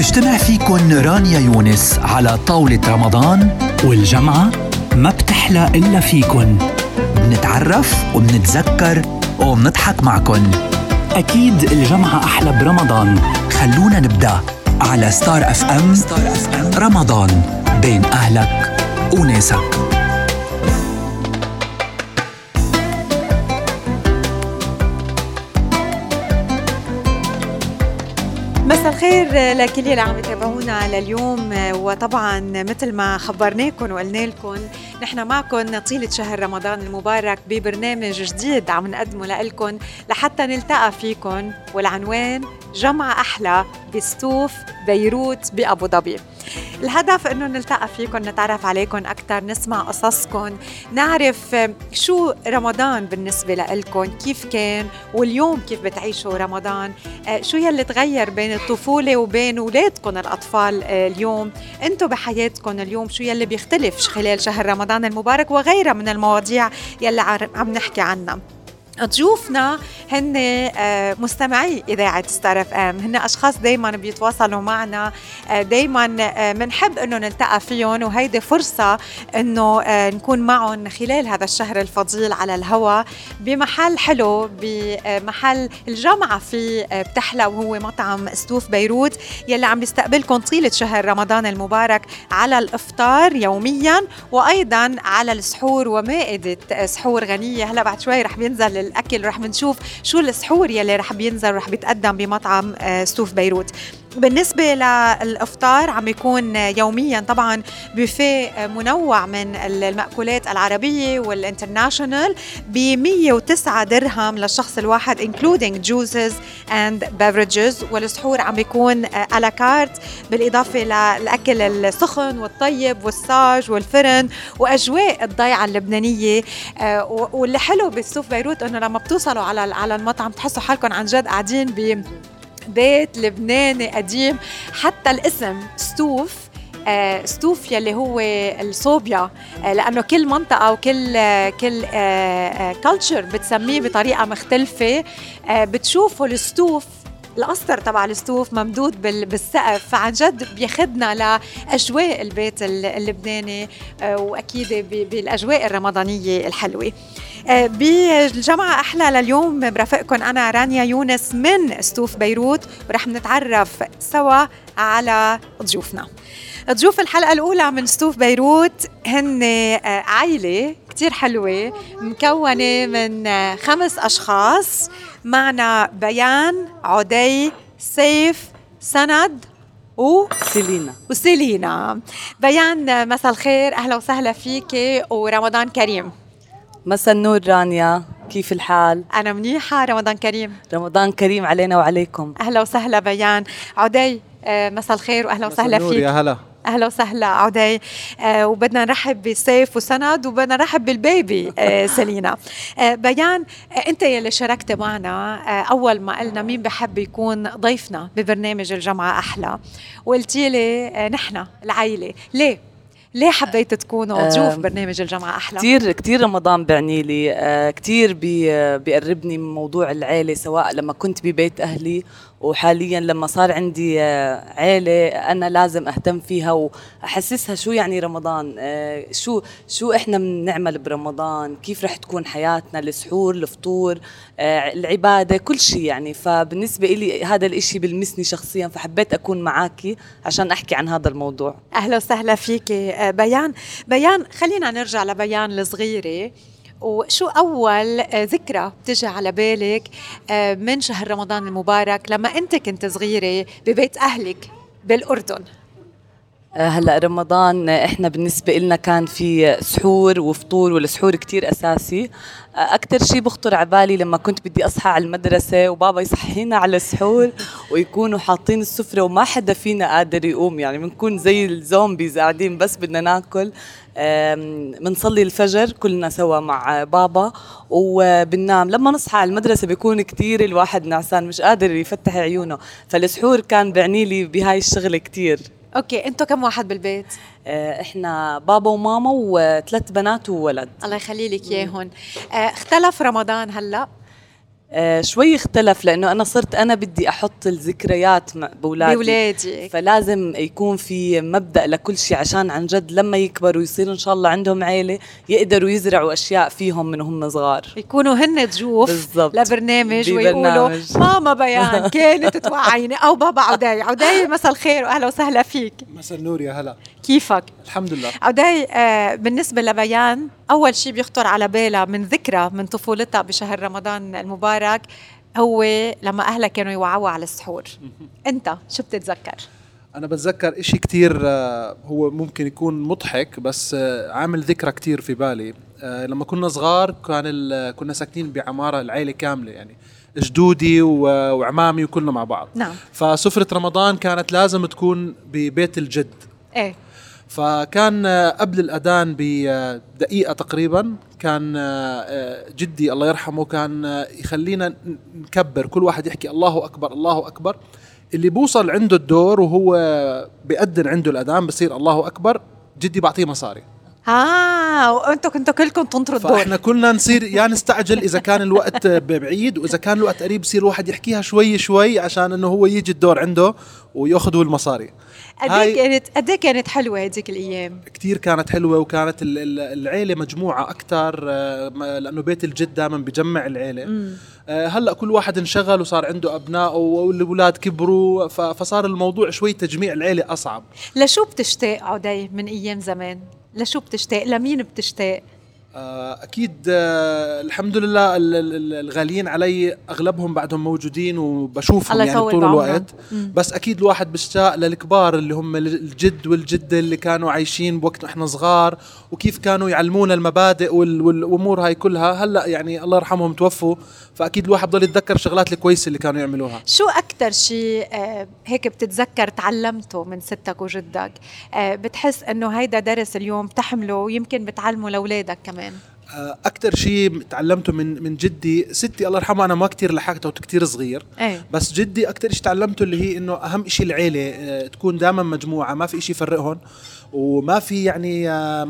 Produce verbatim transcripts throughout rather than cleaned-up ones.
بتجتمع فيكن رانيا يونس على طاولة رمضان، والجمعة ما بتحلى إلا فيكن. بنتعرف وبنتذكر وبنضحك معكن. أكيد الجمعة أحلى برمضان. خلونا نبدأ على ستار اف ام. رمضان بين أهلك وناسك. مساء الخير لكل اللي عم يتابعونا لليوم. وطبعا مثل ما خبرناكم وقلنا لكم نحن معكم طيلة شهر رمضان المبارك ببرنامج جديد عم نقدمه لكم لحتى نلتقى فيكم، والعنوان جمعة أحلى بستوف بيروت بأبو ظبي. الهدف انه نلتقى فيكم، نتعرف عليكم اكثر، نسمع قصصكم، نعرف شو رمضان بالنسبه لكم، كيف كان واليوم كيف بتعيشوا رمضان، شو يلي تغير بين الطفوله وبين اولادكم الاطفال اليوم، انتم بحياتكم اليوم شو يلي بيختلف خلال شهر رمضان المبارك، وغيرها من المواضيع يلي عم نحكي عنها. ضيوفنا هن مستمعي إذاعة ستار اف ام، هن أشخاص دايما بيتواصلوا معنا، دايما منحب أنه نلتقى فيهم، وهيدي فرصة أنه نكون معهم خلال هذا الشهر الفضيل على الهواء بمحل حلو، بمحل الجامعة فيه بتحلى، وهو مطعم ستوف بيروت يلي عم بيستقبلكم طيلة شهر رمضان المبارك على الإفطار يوميا، وأيضا على السحور ومائدة سحور غنية. هلأ بعد شوي رح بينزل الأكل، رح بنشوف شو السحور يلي رح بينزل رح بيتقدم بمطعم ستوف بيروت. بالنسبة للإفطار عم يكون يوميا طبعا بوفيه منوع من المأكولات العربية والانترناشنال ب مية وتسعة درهم للشخص الواحد including juices and beverages، والسحور عم بيكون على كارت بالإضافة للأكل السخن والطيب والصاج والفرن وأجواء الضيعة اللبنانية. واللي حلو بستوف بيروت إنه لما بتوصلوا على على المطعم تحسوا حالكم عن جد قاعدين ب بيت لبناني قديم. حتى الاسم ستوف آه ستوف يلي هو الصوبيا، آه لأنه كل منطقة وكل آه كل كالتشر آه بتسميه بطريقة مختلفة. آه بتشوفوا الستوف، القصر تبع الستوف ممدود بالسقف، فعن جد بياخدنا لأجواء البيت اللبناني، آه وأكيد بالأجواء الرمضانية الحلوة. بالجمعة أحلى لليوم برافقكم أنا رانيا يونس من ستوف بيروت، ورح نتعرف سوا على ضيوفنا. ضيوف الحلقة الأولى من ستوف بيروت هن عائلة كتير حلوة مكونة من خمس أشخاص. معنا بيان، عدي، سيف، سند وسيلينا. وسيلينا. بيان مساء الخير، أهلا وسهلا فيكي ورمضان كريم. مساء النور رانيا، كيف الحال؟ أنا منيحة، رمضان كريم. رمضان كريم علينا وعليكم. أهلا وسهلا بيان. عدي مساء الخير وأهلا وسهلا فيك. يا هلا. أهلا وسهلا عدي. آه وبدنا نرحب بسيف وسند، وبدنا نرحب بالبيبي آه سيلينا. آه بيان، آه أنت يلي شاركت معنا آه أول ما قلنا مين بحب يكون ضيفنا ببرنامج الجمعة أحلى، وقلتي لي آه نحن العائلة. ليه؟ ليه حبيت تكونوا ضيوف برنامج الجمعة أحلى؟ كتير كتير رمضان بعني لي، آه كتير بي بيقربني من موضوع العائلة، سواء لما كنت ببيت أهلي وحاليا لما صار عندي آه عائلة أنا لازم أهتم فيها وأحسسها شو يعني رمضان، آه شو شو إحنا بنعمل برمضان، كيف رح تكون حياتنا، السحور، الفطور، آه العبادة، كل شيء يعني. فبالنسبة إلي هذا الإشي بلمسني شخصيا، فحبيت أكون معاكي عشان أحكي عن هذا الموضوع. أهلا وسهلا فيكي بيان. بيان، خلينا نرجع لبيان الصغيرة. وشو أول ذكرى بتجي على بالك من شهر رمضان المبارك لما أنت كنت صغيرة ببيت أهلك بالأردن؟ هلأ رمضان إحنا بالنسبة إلنا كان في سحور وفطور، والسحور كتير أساسي. أكتر شي بخطر عبالي لما كنت بدي أصحى على المدرسة وبابا يصحينا على السحور ويكونوا حاطين السفرة وما حدا فينا قادر يقوم، يعني بنكون زي الزومبيز قاعدين بس بدنا ناكل. منصلي الفجر كلنا سوا مع بابا وبننام. لما نصحى على المدرسة بيكون كتير الواحد نعسان مش قادر يفتح عيونه، فالسحور كان بعني لي بهاي الشغلة كتير. اوكي، انتوا كم واحد بالبيت؟ اه احنا بابا وماما وثلاث بنات وولد. الله يخلي لك اياهم. اه اختلف رمضان هلا؟ آه شوي اختلف لأنه أنا صرت أنا بدي أحط الذكريات مع بولادي بولادي، فلازم يكون في مبدأ لكل شيء عشان عن جد لما يكبروا يصير إن شاء الله عندهم عيلة يقدروا يزرعوا أشياء فيهم من هم صغار، يكونوا هن ضيوف بالضبط لبرنامج ويقولوا ماما بيان كانت توعيني أو بابا عوداي. عوداي مساء الخير وأهلا وسهلا فيك. مساء النور يا هلا، كيفك؟ الحمد لله. عوداي، آه بالنسبة لبيان أول شيء بيخطر على بالها من ذكرى من طفولتها بشهر رمضان المبارك هو لما أهلها كانوا يوعوا على السحور. أنت شو بتتذكر؟ أنا بتذكر إشي كتير هو ممكن يكون مضحك بس عامل ذكرى كتير في بالي. لما كنا صغار كان كنا ساكنين بعمارة العائلة كاملة، يعني جدودي وعمامي وكلنا مع بعض. نعم. فسفرة رمضان كانت لازم تكون ببيت الجد. إيه. فكان قبل الأذان بدقيقة تقريبا كان جدي الله يرحمه كان يخلينا نكبر، كل واحد يحكي الله أكبر الله أكبر. اللي بوصل عنده الدور وهو بيأذن عنده الأذان بصير الله أكبر، جدي بعطيه مصاري. آه وأنتوا كنتوا كلكم تنطروا الدور. فإحنا كلنا نصير يعني نستعجل إذا كان الوقت بعيد، وإذا كان الوقت قريب بصير الواحد يحكيها شوي شوي عشان إنه هو يجي الدور عنده ويأخذوا المصاري. قديه كانت قديه كانت حلوة هذيك الأيام؟ كتير كانت حلوة، وكانت العيلة مجموعة أكتر لأنه بيت الجد دائما بيجمع العيلة. هلأ كل واحد انشغل وصار عنده أبناء والأولاد كبروا، فصار الموضوع شوي تجميع العيلة أصعب. لشو بتشتاق عودي من أيام زمان؟ لشو بتشتاق؟ لمين بتشتاق؟ أكيد الحمد لله الغاليين علي أغلبهم بعدهم موجودين وبشوفهم يعني طول الوقت. بس أكيد الواحد بيشتاق للكبار اللي هم الجد والجدة اللي كانوا عايشين بوقت إحنا صغار، وكيف كانوا يعلمونا المبادئ والأمور هاي كلها. هلأ يعني الله يرحمهم توفوا، فأكيد الواحد ضل يتذكر الشغلات الكويسة اللي كانوا يعملوها. شو أكتر شيء آه هيك بتتذكر تعلمته من ستك وجدك آه بتحس إنه هيدا درس اليوم تحمله ويمكن بتعلمه لأولادك كمان؟ أكتر شيء تعلمته من من جدي. ستي الله يرحمها أنا ما كتير لحقته كتير صغير. أيه. بس جدي أكتر شيء تعلمته اللي هي إنه أهم شيء العيلة تكون دائما مجموعة، ما في شيء يفرقهم، وما في يعني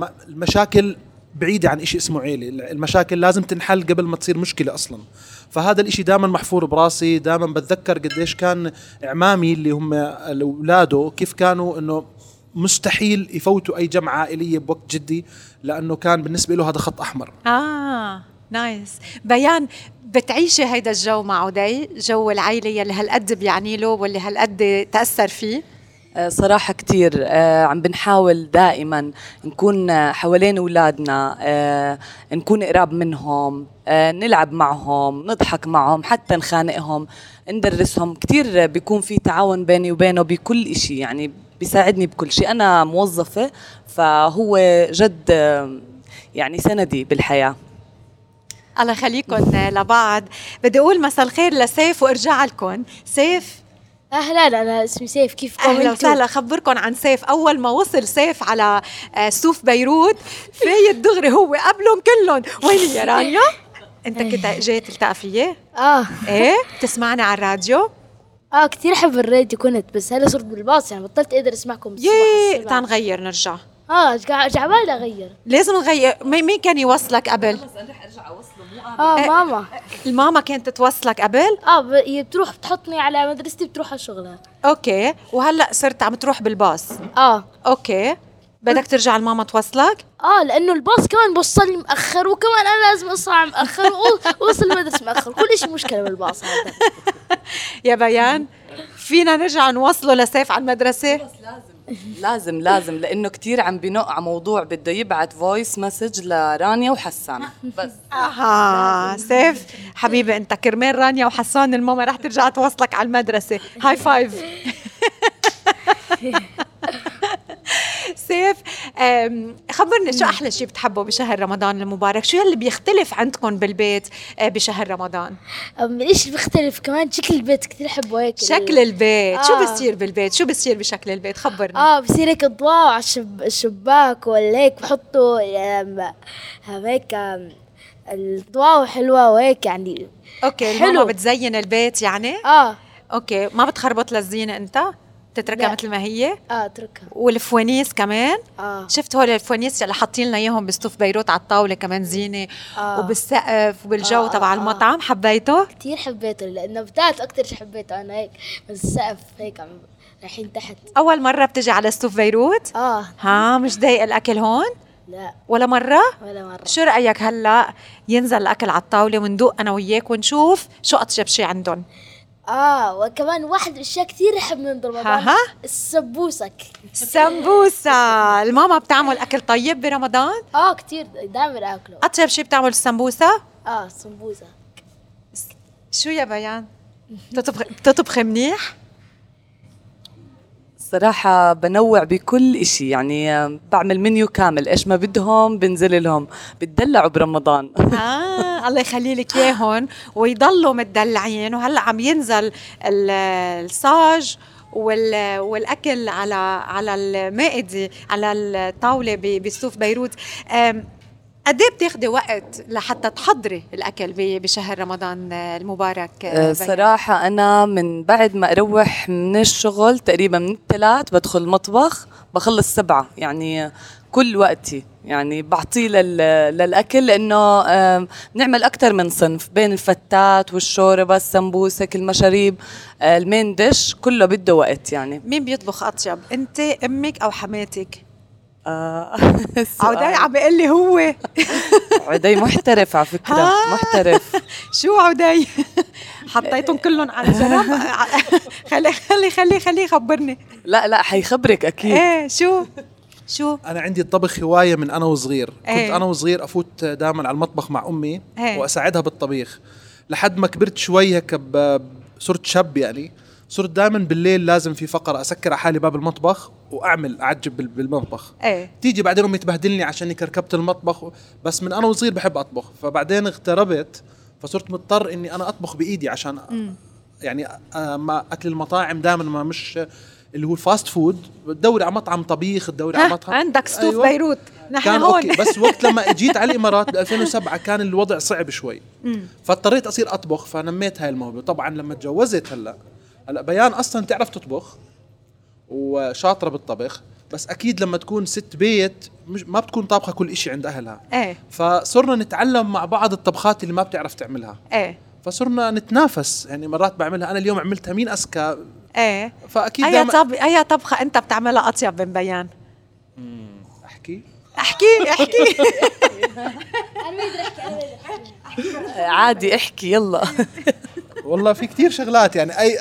المشاكل بعيدة عن إشي اسمه عيلة. المشاكل لازم تنحل قبل ما تصير مشكلة أصلا. فهذا الإشي دائما محفور براسي، دائما بتذكر قديش كان إعمامي اللي هم أولاده كيف كانوا إنه مستحيل يفوتوا أي جمعة عائلية بوقت جدي، لأنه كان بالنسبة له هذا خط أحمر. آه نايس. بيان، بتعيشي هيدا الجو مع عودي، جو العائلة يلي هالقد بيعني له واللي هالقد تأثر فيه؟ صراحة كتير آه عم بنحاول دائما نكون حوالين أولادنا، آه نكون قراب منهم، آه نلعب معهم، نضحك معهم، حتى نخانقهم، ندرسهم. كتير بيكون في تعاون بيني وبينه بكل إشي، يعني بيساعدني بكل شيء. أنا موظفة فهو جد يعني سندي بالحياة. الله يخليكم لبعض. بدي أقول مساء الخير لسيف وارجع لكم. سيف أهلا، أنا اسمي سيف، كيفكم؟ أهلا وسهلا. خبركم عن سيف. أول ما وصل سيف على سوف بيروت فايت دغري هو قبلهم كلهم. وين يا رانيا؟ أنت كنت جاي تلتقى فيه؟ آه إيه؟ بتسمعنا على الراديو؟ آه كتير أحب الراديو كنت، بس هلا صرت بالباص يعني بطلت أقدر أسمعكم. يي تعال نغير نرجع. آه جعبالي أغير. لازم نغير. مين كان يوصلك قبل؟ آه ماما. الماما كانت توصلك قبل؟ آه بتروح بتحطني على مدرستي بتروح على شغلها. أوكي. وهلأ صرت عم تروح بالباص؟ آه. أوكي. بدك ترجع الماما توصلك؟ آه لأنه الباص كمان بوصلني مأخر، وكمان أنا لازم أصحى مأخر ووصل المدرسة مأخر، كل شيء مشكلة بالباص هذا. يا بيان فينا نرجع نوصله لسيف على المدرسة؟ لازم لازم لأنه كتير عم بنق على موضوع بده يبعت فويس مسج لرانيا وحسان بس. آها سيف حبيبي أنت كرمال رانيا وحسان الماما رح ترجع توصلك على المدرسة. هاي فايف. سيف خبرني شو أحلى شيء بتحبه بشهر رمضان المبارك؟ شو اللي بيختلف عندكم بالبيت بشهر رمضان؟ إيش بيختلف كمان؟ شكل البيت كتير حبه هيك. شكل البيت. آه. شو بيصير بالبيت؟ شو بيصير بشكل البيت؟ خبرني. آه بصير هيك أضواء على الشباك ولا هيك بحطوا هيك الأضواء حلوة وهيك يعني. أوكي. الماما بتزين البيت يعني؟ آه. أوكي. ما بتخربط للزينة أنت؟ تتركها لا. مثل ما هي؟ اه اتركها. والفوانيس كمان؟ اه شفت هول الفوانيس اللي حاطين لنا اياهم بستوف بيروت على الطاوله كمان زينه آه. وبالسقف وبالجو آه، تبع آه، المطعم. حبيته؟ كتير حبيته لانه بدات اكتر شي حبيته انا هيك بس السقف هيك عم رايحين تحت. اول مره بتجي على ستوف بيروت؟ اه ها مش ضايق الاكل هون لا ولا مره؟ ولا مرة. شو رايك هلا ينزل الاكل على الطاوله وندوق انا وياك ونشوف شو اطيب شيء عندهم؟ اه وكمان واحد من الاشياء كثير احب من رمضان ها ها؟ السبوسك. سمبوسة. الماما بتعمل اكل طيب برمضان؟ اه كثير دائما اكله. اطيب شيء بتعمل السمبوسة؟ اه سمبوسه. شو يا بيان؟ بتطبخ بتطبخ منيح؟ صراحة بنوع بكل إشي، يعني بعمل منيو كامل، إيش ما بدهم بنزل لهم، بتدلعوا برمضان. اه الله يخلي لك اياهم ويضلوا متدلعين. وهلا عم ينزل ال- الصاج وال والاكل على على المائده على الطاوله ب- بستوف بيروت. أم، قد ايه بتاخدي وقت لحتى تحضري الاكل ب- بشهر رمضان المبارك؟ أه، بيان؟ صراحة أنا من بعد ما أروح من الشغل تقريبا من الثلاث بدخل المطبخ بخلص سبعة، يعني كل وقتي يعني بعطيه لل- للأكل، لأنه آم، نعمل أكتر من صنف بين الفتات والشوربة السمبوسك المشاريب، آه، المين ديش كله بده وقت يعني. مين بيطبخ اطيب، انت امك او حماتك؟ آه، عوداي عم بيقول لي هو. عدي محترف على فكرة، ها؟ محترف. شو عوداي؟ حطيتهم كلهم على جنب؟ خلي خلي خلي خلي خبرني. لا لا حيخبرك أكيد. ايه شو شو انا عندي الطبخ هوايه من انا وصغير. كنت إيه. انا وصغير افوت دائما على المطبخ مع امي إيه. واساعدها بالطبيخ لحد ما كبرت شوي هيك ب- صرت شاب يعني. صرت دائما بالليل لازم في فقره اسكر على حالي باب المطبخ واعمل اعجب بال- بالمطبخ. ايه تيجي بعدين امي تبهدلني عشان كركبت المطبخ، بس من انا وصغير بحب اطبخ. فبعدين اغتربت فصرت مضطر اني انا اطبخ بايدي عشان يعني آه، ما اكل المطاعم دائما ما مش اللي هو الفاست فود. بتدوري على مطعم طبيخ، تدوري على ها، مطعم. عندك ستوف أيوة. بيروت نحن كان هون. اوكي، بس وقت لما اجيت على الامارات ب ألفين وسبعة كان الوضع صعب شوي، فاضطريت اصير اطبخ. فنميت هاي الموهبه. طبعا لما تجوزت هلا هلا بيان اصلا تعرف تطبخ وشاطره بالطبخ، بس اكيد لما تكون ست بيت مش ما بتكون طابخه كل إشي عند اهلها. ايه فصرنا نتعلم مع بعض الطبخات اللي ما بتعرف تعملها، ايه فصرنا نتنافس. يعني مرات بعملها انا اليوم عملتها مين اذكى. ايه فاكيد اي دائما طب اي طبخه انت بتعملها اطيب من بيان؟ احكي احكي احكي. انا ما ادري احكي انا ما ادري احكي. عادي احكي يلا. والله في كتير شغلات يعني اي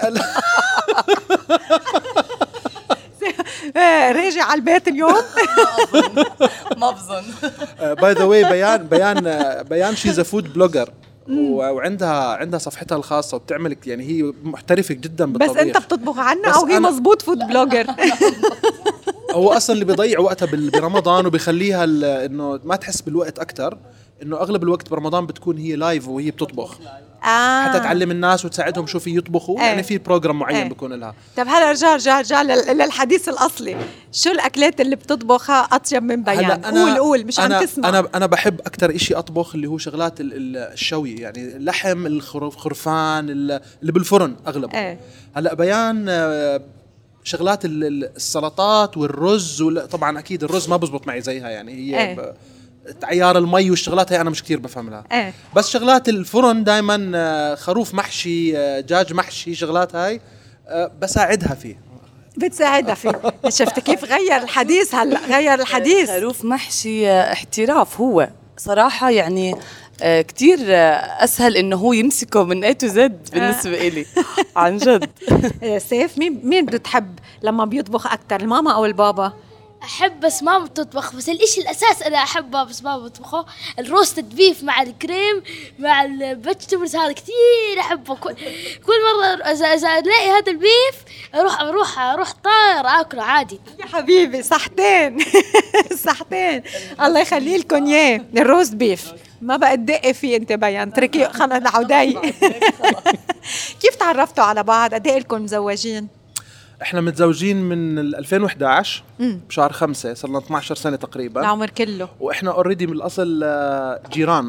إيه، راجع على البيت اليوم. ما بظن. باي ذا واي بيان بيان آه، بيان شيز فود بلوجر وعندها عندها صفحتها الخاصه وبتعمل يعني هي محترفه جدا بس بالطبيخ. انت بتطبخ عنا بس او هي أنا- مزبوط فود بلوجر؟ هو اصلا اللي بيضيع وقتها بال- برمضان وبيخليها ال- انه ما تحس بالوقت اكثر، انه اغلب الوقت برمضان بتكون هي لايف وهي بتطبخ اه حتى تعلم الناس وتساعدهم شو في يطبخوا. إيه. يعني في بروجرام معين إيه. بيكون لها. طب هلا رجع رجع رجع لل- للحديث الاصلي. شو الاكلات اللي بتطبخها اطيب من بيان؟ قول قول مش أنا عم تسمع. انا انا بحب اكثر إشي اطبخ اللي هو شغلات ال- ال- الشوي، يعني اللحم الخرفان ال- اللي بالفرن اغلبه. ايه هلا بيان آه، شغلات ال- ال- السلطات والرز وال- طبعا اكيد الرز ما بزبط معي زيها، يعني هي إيه. ب- عيار المي والشغلات هي انا مش كتير بفهم لها. ايه بس شغلات الفرن دائما خروف محشي، آه، دجاج محشي، شغلات هاي آه، بساعدها فيه. بتساعدها فيه. شفت كيف غير الحديث؟ هلا غير الحديث. خروف محشي آه، احتراف هو صراحة، يعني آه، كتير آه، أسهل إنه هو يمسكه من A to Z بالنسبة إلي عن جد. يا سيف مين مين بتحب لما بيطبخ اكثر، الماما او البابا؟ احب بس ماما بتطبخ، بس الاشي الاساس انا احبه بس ماما بتطبخه الروستد بيف مع الكريم مع الفيجيتابلز، هذا كثير احبه. كل كل مره اذا اذا الاقي هذا البيف اروح اروح اروح طاير اكله عادي. يا حبيبي صحتين. صحتين. الله يخلي لكم اياه الروست بيف. ما بقى تدقي فيه انت بيان، تركي خلص لعوداي. كيف تعرفتوا على بعض؟ قد ايه لكم مزوجين؟ احنا متزوجين من ال ألفين وإحدى عشر بشهر خمسة، صرنا اثنعش سنة تقريبا. العمر كله. واحنا اوريدي من الاصل آه، جيران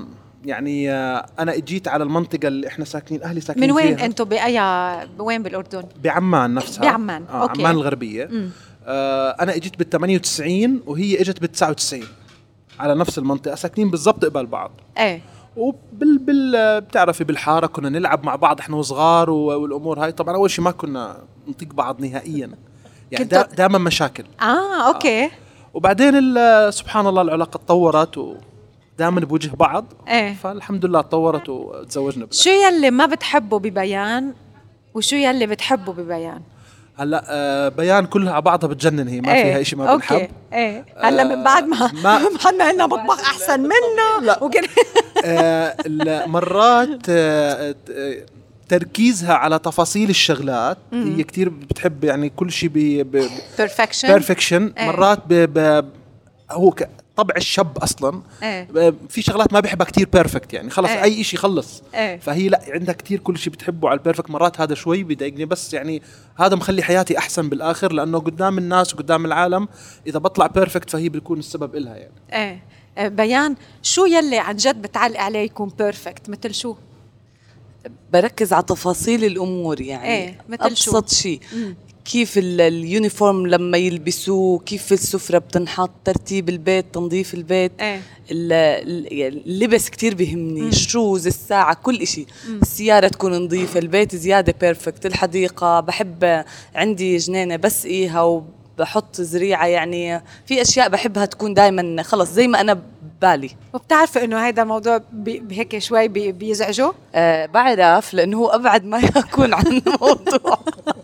يعني آه، انا اجيت على المنطقه اللي احنا ساكنين، اهلي ساكنين من وين فيها. انتم باي وين بالاردن؟ بعمان نفسها. بعمان. آه أوكي. عمان الغربيه. آه انا اجيت بال ثمانية وتسعين وهي اجت بال تسعة وتسعين على نفس المنطقه، ساكنين بالضبط قبل بعض. ايه وبال بال بتعرفي بالحاره كنا نلعب مع بعض احنا وصغار والامور هاي. طبعا اول شيء ما كنا نطيق بعض نهائيا، يعني دا دائما مشاكل. اه اوكي. آه. وبعدين سبحان الله العلاقه تطورت ودائما بوجه بعض. ايه فالحمد لله تطورت وتزوجنا. شو يلي ما بتحبه ببيان وشو يلي بتحبه ببيان؟ هلا آه بيان كلها على بعضها بتجنن، هي ما ايه. فيها شيء ما بنحب. اوكي ايه هلا من بعد ما ما حنا عندنا مطبخ احسن منه. لا وكده. آه مرات آه تركيزها على تفاصيل الشغلات. مم. هي كتير بتحب يعني كل شيء ب بيرفكشن بيرفكشن. ايه. مرات ب ب هو ك طبع الشاب اصلا. ايه. في شغلات ما بحبها كتير بيرفكت، يعني خلص ايه. اي شيء خلص. ايه. فهي لا عندها كتير كل شيء بتحبه على البيرفكت. مرات هذا شوي بيضايقني، بس يعني هذا مخلي حياتي احسن بالاخر، لانه قدام الناس وقدام العالم اذا بطلع بيرفكت فهي بيكون السبب إلها يعني. ايه. بيان شو يلي عن جد بتعلق عليه يكون بيرفكت؟ مثل شو؟ بركز على تفاصيل الامور، يعني ايه. مثل ابسط شيء كيف اليونيفورم لما يلبسوه، كيف السفرة بتنحط، ترتيب البيت، تنظيف البيت. ايه. اللبس كتير بيهمني، الشوز، الساعة، كل إشي. مم. السيارة تكون نظيفة، البيت زيادة بيرفكت، الحديقة بحب عندي جنينة بسقيها وبحط زريعة، يعني في أشياء بحبها تكون دايما خلص زي ما أنا بالي. وبتعرف إنه هذا الموضوع بهيك شوي بي بيزعجه؟ أه بعرف، لأنه هو أبعد ما يكون عن الموضوع.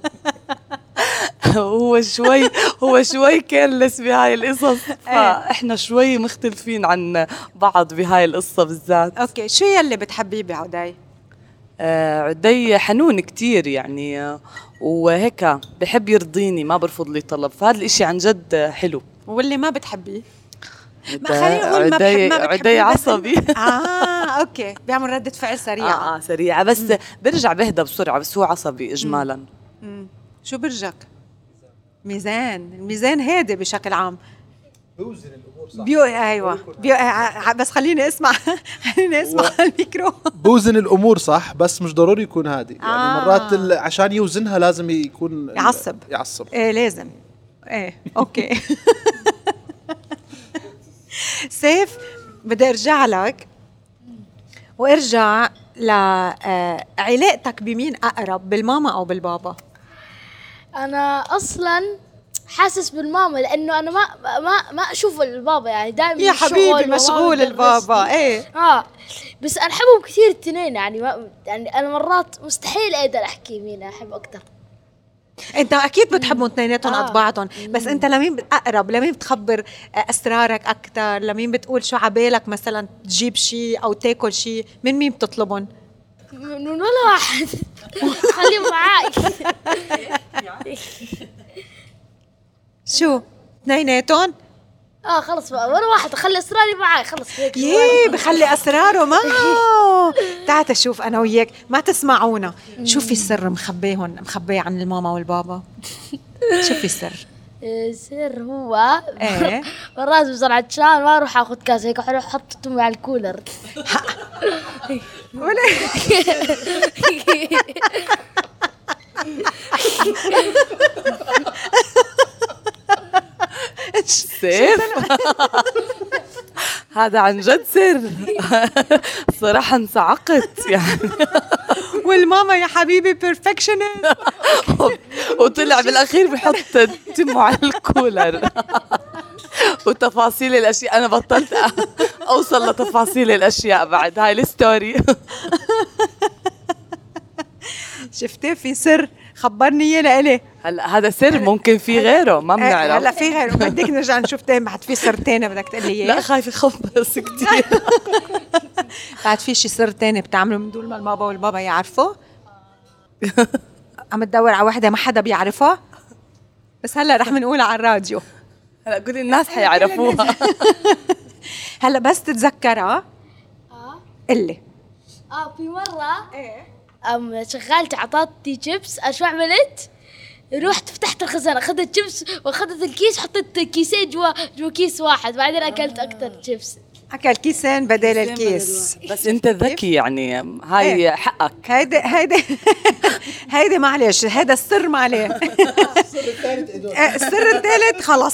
هو شوي هو شوي كيرلس بهاي القصص، فاحنا شوي مختلفين عن بعض بهاي القصة بالذات. اوكي شو يلي بتحبيه بعدي؟ آه عدي حنون كتير يعني، وهيك بحب يرضيني، ما برفض لي طلب، فهذا الاشي عن جد حلو. واللي ما بتحبيه؟ خلينا نقول ما بحب ما بتحبيه. عدي عصبي. اه اوكي بيعمل ردة فعل سريعة. اه, آه سريعة بس مم. برجع بهدى بسرعة، بس هو عصبي اجمالا. مم. مم. شو برجك؟ ميزان. الميزان هادي بشكل عام، بيوزن الامور صح. بيو ايوه بيو... بس خليني اسمع خليني اسمع و... الميكرو. بوزن الامور صح، بس مش ضروري يكون هادي. يعني آه. مرات ال... عشان يوزنها لازم يكون يعصب. يعصب ايه لازم. ايه اوكي. سيف بدي ارجع لك وارجع لعلاقتك بمين اقرب، بالماما او بالبابا؟ انا اصلا حاسس بالماما، لانه انا ما ما ما اشوف البابا، يعني دائما يا حبيبي مشغول البابا. ايه اه بس انا احبهم كثير الاثنين، يعني ما يعني انا مرات مستحيل اقدر احكي مين احب اكثر. انت اكيد بتحبهم اثنيناتهم قد بعضهم، بس انت لمين اقرب؟ لمين بتخبر اسرارك اكثر؟ لمين بتقول شو عبالك مثلا تجيب شيء او تاكل شيء؟ من مين بتطلبهم؟ من ولا واحد. خليهم معاي. شو اثنيناتهم؟ اه خلص بقى ولا واحد، خلي اسراري معاي خلص هيك. يي بخلي اسراره معه. تعال شوف انا وياك ما تسمعونا، شو في سر مخبيهم مخبيه عن الماما والبابا؟ شو في سر؟ السر هو ايه مرات بصير عطشان ما اروح اخذ كاس هيك اروح احط تمي على الكولر. ولا سيف. هذا عن جد سر. صراحة انصعقت يعني. والماما يا حبيبي بيرفكشنست. وطلع بالاخير بحط تمه على الكولر. وتفاصيل الاشياء انا بطلت اوصل لتفاصيل الاشياء بعد هاي الستوري. شفتي في سر خبرني اياه لإلي. هلا هذا سر ممكن في غيره ما بنعرف. هلا في غيره بدك نرجع نشوف تاني، بعد في سر تاني بدك تقول لي اياه؟ لا خايفه خبص كثير. بعد في شي سر تاني بتعمله من دون ما الماما والبابا يعرفوا؟ عم تدور على وحده ما حدا بيعرفها، بس هلا رح نقولها على الراديو. هلا قولي الناس حيعرفوها. هلا بس تتذكرها اه قلي. اه في مره ايه ام شغالتي عطاتني شيبس، ايش عملت؟ رحت فتحت الخزانه اخذت شيبس واخذت الكيس حطيت كيسين جوا جوا كيس واحد، بعدين اكلت اكثر شيبس. أكل كيسين بدل الكيس. بس انت ذكي يعني، هاي إيه. حقك. هيدي هيدي هيدي معلش، هيدا السر ما عليه. السر الثالث خلص.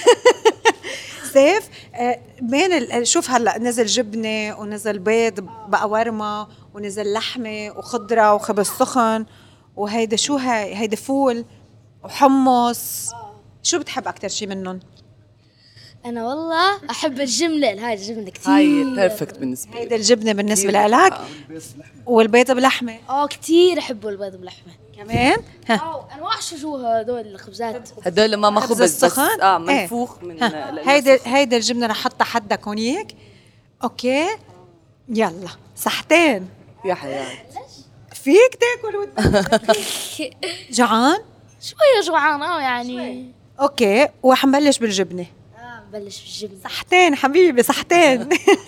سيف، بين ال... شوف هلا نزل جبنه ونزل بيض بقى ورمه ونزل لحمه وخضره وخبز سخن، وهيدا شو هاي؟ هيدا فول وحمص. شو بتحب اكثر شيء منهم؟ انا والله احب الجمله، هاي الجبنه كثير. هاي بيرفكت بالنسبه لي. هيدا الجبنه بالنسبه لك. والبيض بلحمه. اه كثير احب البيض بلحمه كمان. ها اه انواع شو هدول الخبزات. هدول ما ما خبز بس السخن؟ اه منفوخ ايه. من هيدا هيدا الجبنه رح احطها حدك هونيك. اوكي يلا صحتين يا حياتي. فيك تاكل وانت جوعان؟ شويه جوعان اه يعني. اوكي وحنبلش بالجبنه. اه بلش بالجبنه. صحتين حبيبي صحتين.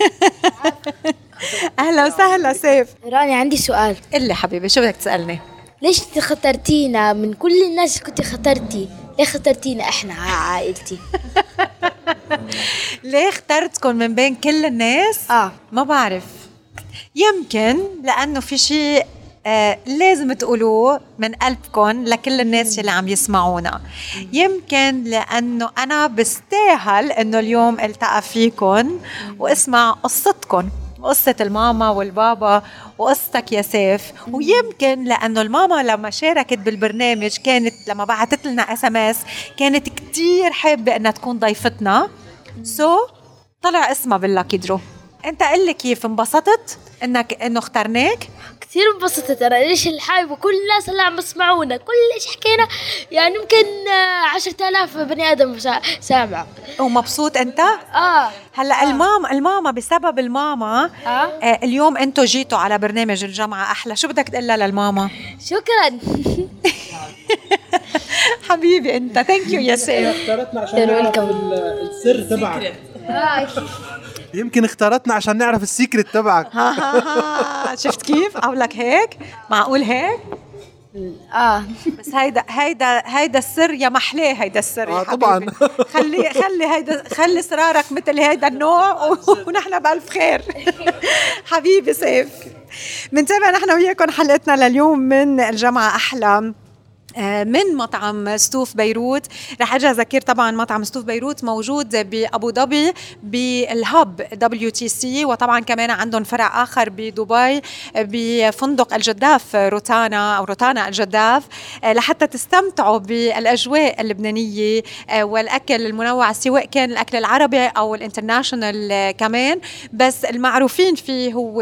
اهلا وسهلا سيف. راني عندي سؤال. قلي حبيبي شو بدك تسالني؟ ليش انت اخترتينا من كل الناس كنت اخترتي؟ ليه اخترتينا احنا عائلتي؟ ليه اخترتكم من بين كل الناس؟ اه ما بعرف، يمكن لانه في شيء آه لازم تقولوه من قلبكم لكل الناس اللي عم يسمعونا. يمكن لانه انا بستاهل انه اليوم التقى فيكم واسمع قصتكم، قصة الماما والبابا وقصتك يا سيف. ويمكن لأنه الماما لما شاركت بالبرنامج كانت لما بعتت لنا اس ام اس كانت كتير حابة أنها تكون ضيفتنا، سو so, طلع اسمها باللاكي درو. أنت قل لي كيف انبسطت إنك إنه اخترناك؟ كثير انبسطت انا. ليش الحايب وكل الناس اللي عم يسمعونا كل ايش حكينا يعني يمكن عشرة آلاف بني ادم سامع. ومبسوط أنت؟ اه هلا آه. الماما الماما بسبب الماما آه. آه اليوم انتوا جيتوا على برنامج الجامعة أحلى، شو بدك تقول لها للماما؟ شكرا. حبيبي أنت ثانك يو يا سيف. اختارتنا عشان نعرف السر تبعك. يمكن اختارتنا عشان نعرف السيكريت تبعك. ها ها ها شفت كيف؟ أقولك هيك؟ معقول هيك؟ اه بس هيدا هيدا هيدا السر يا محلاه، هيدا السر يا آه حبيبي. طبعاً. خلي خلي هيدا خلي سرارك مثل هيدا النوع ونحن بألف خير. حبيبي سيف، بنتابع نحن وياكم حلقتنا لليوم من الجامعة أحلى من مطعم ستوف بيروت. رح ارجع اذكر طبعا مطعم ستوف بيروت موجود بابو ظبي بالهب دبليو تي سي، وطبعا كمان عندهم فرع اخر بدبي بفندق الجداف روتانا او روتانا الجداف، لحتى تستمتعوا بالاجواء اللبنانيه والاكل المنوع سواء كان الاكل العربي او الانترناشونال كمان. بس المعروفين فيه هو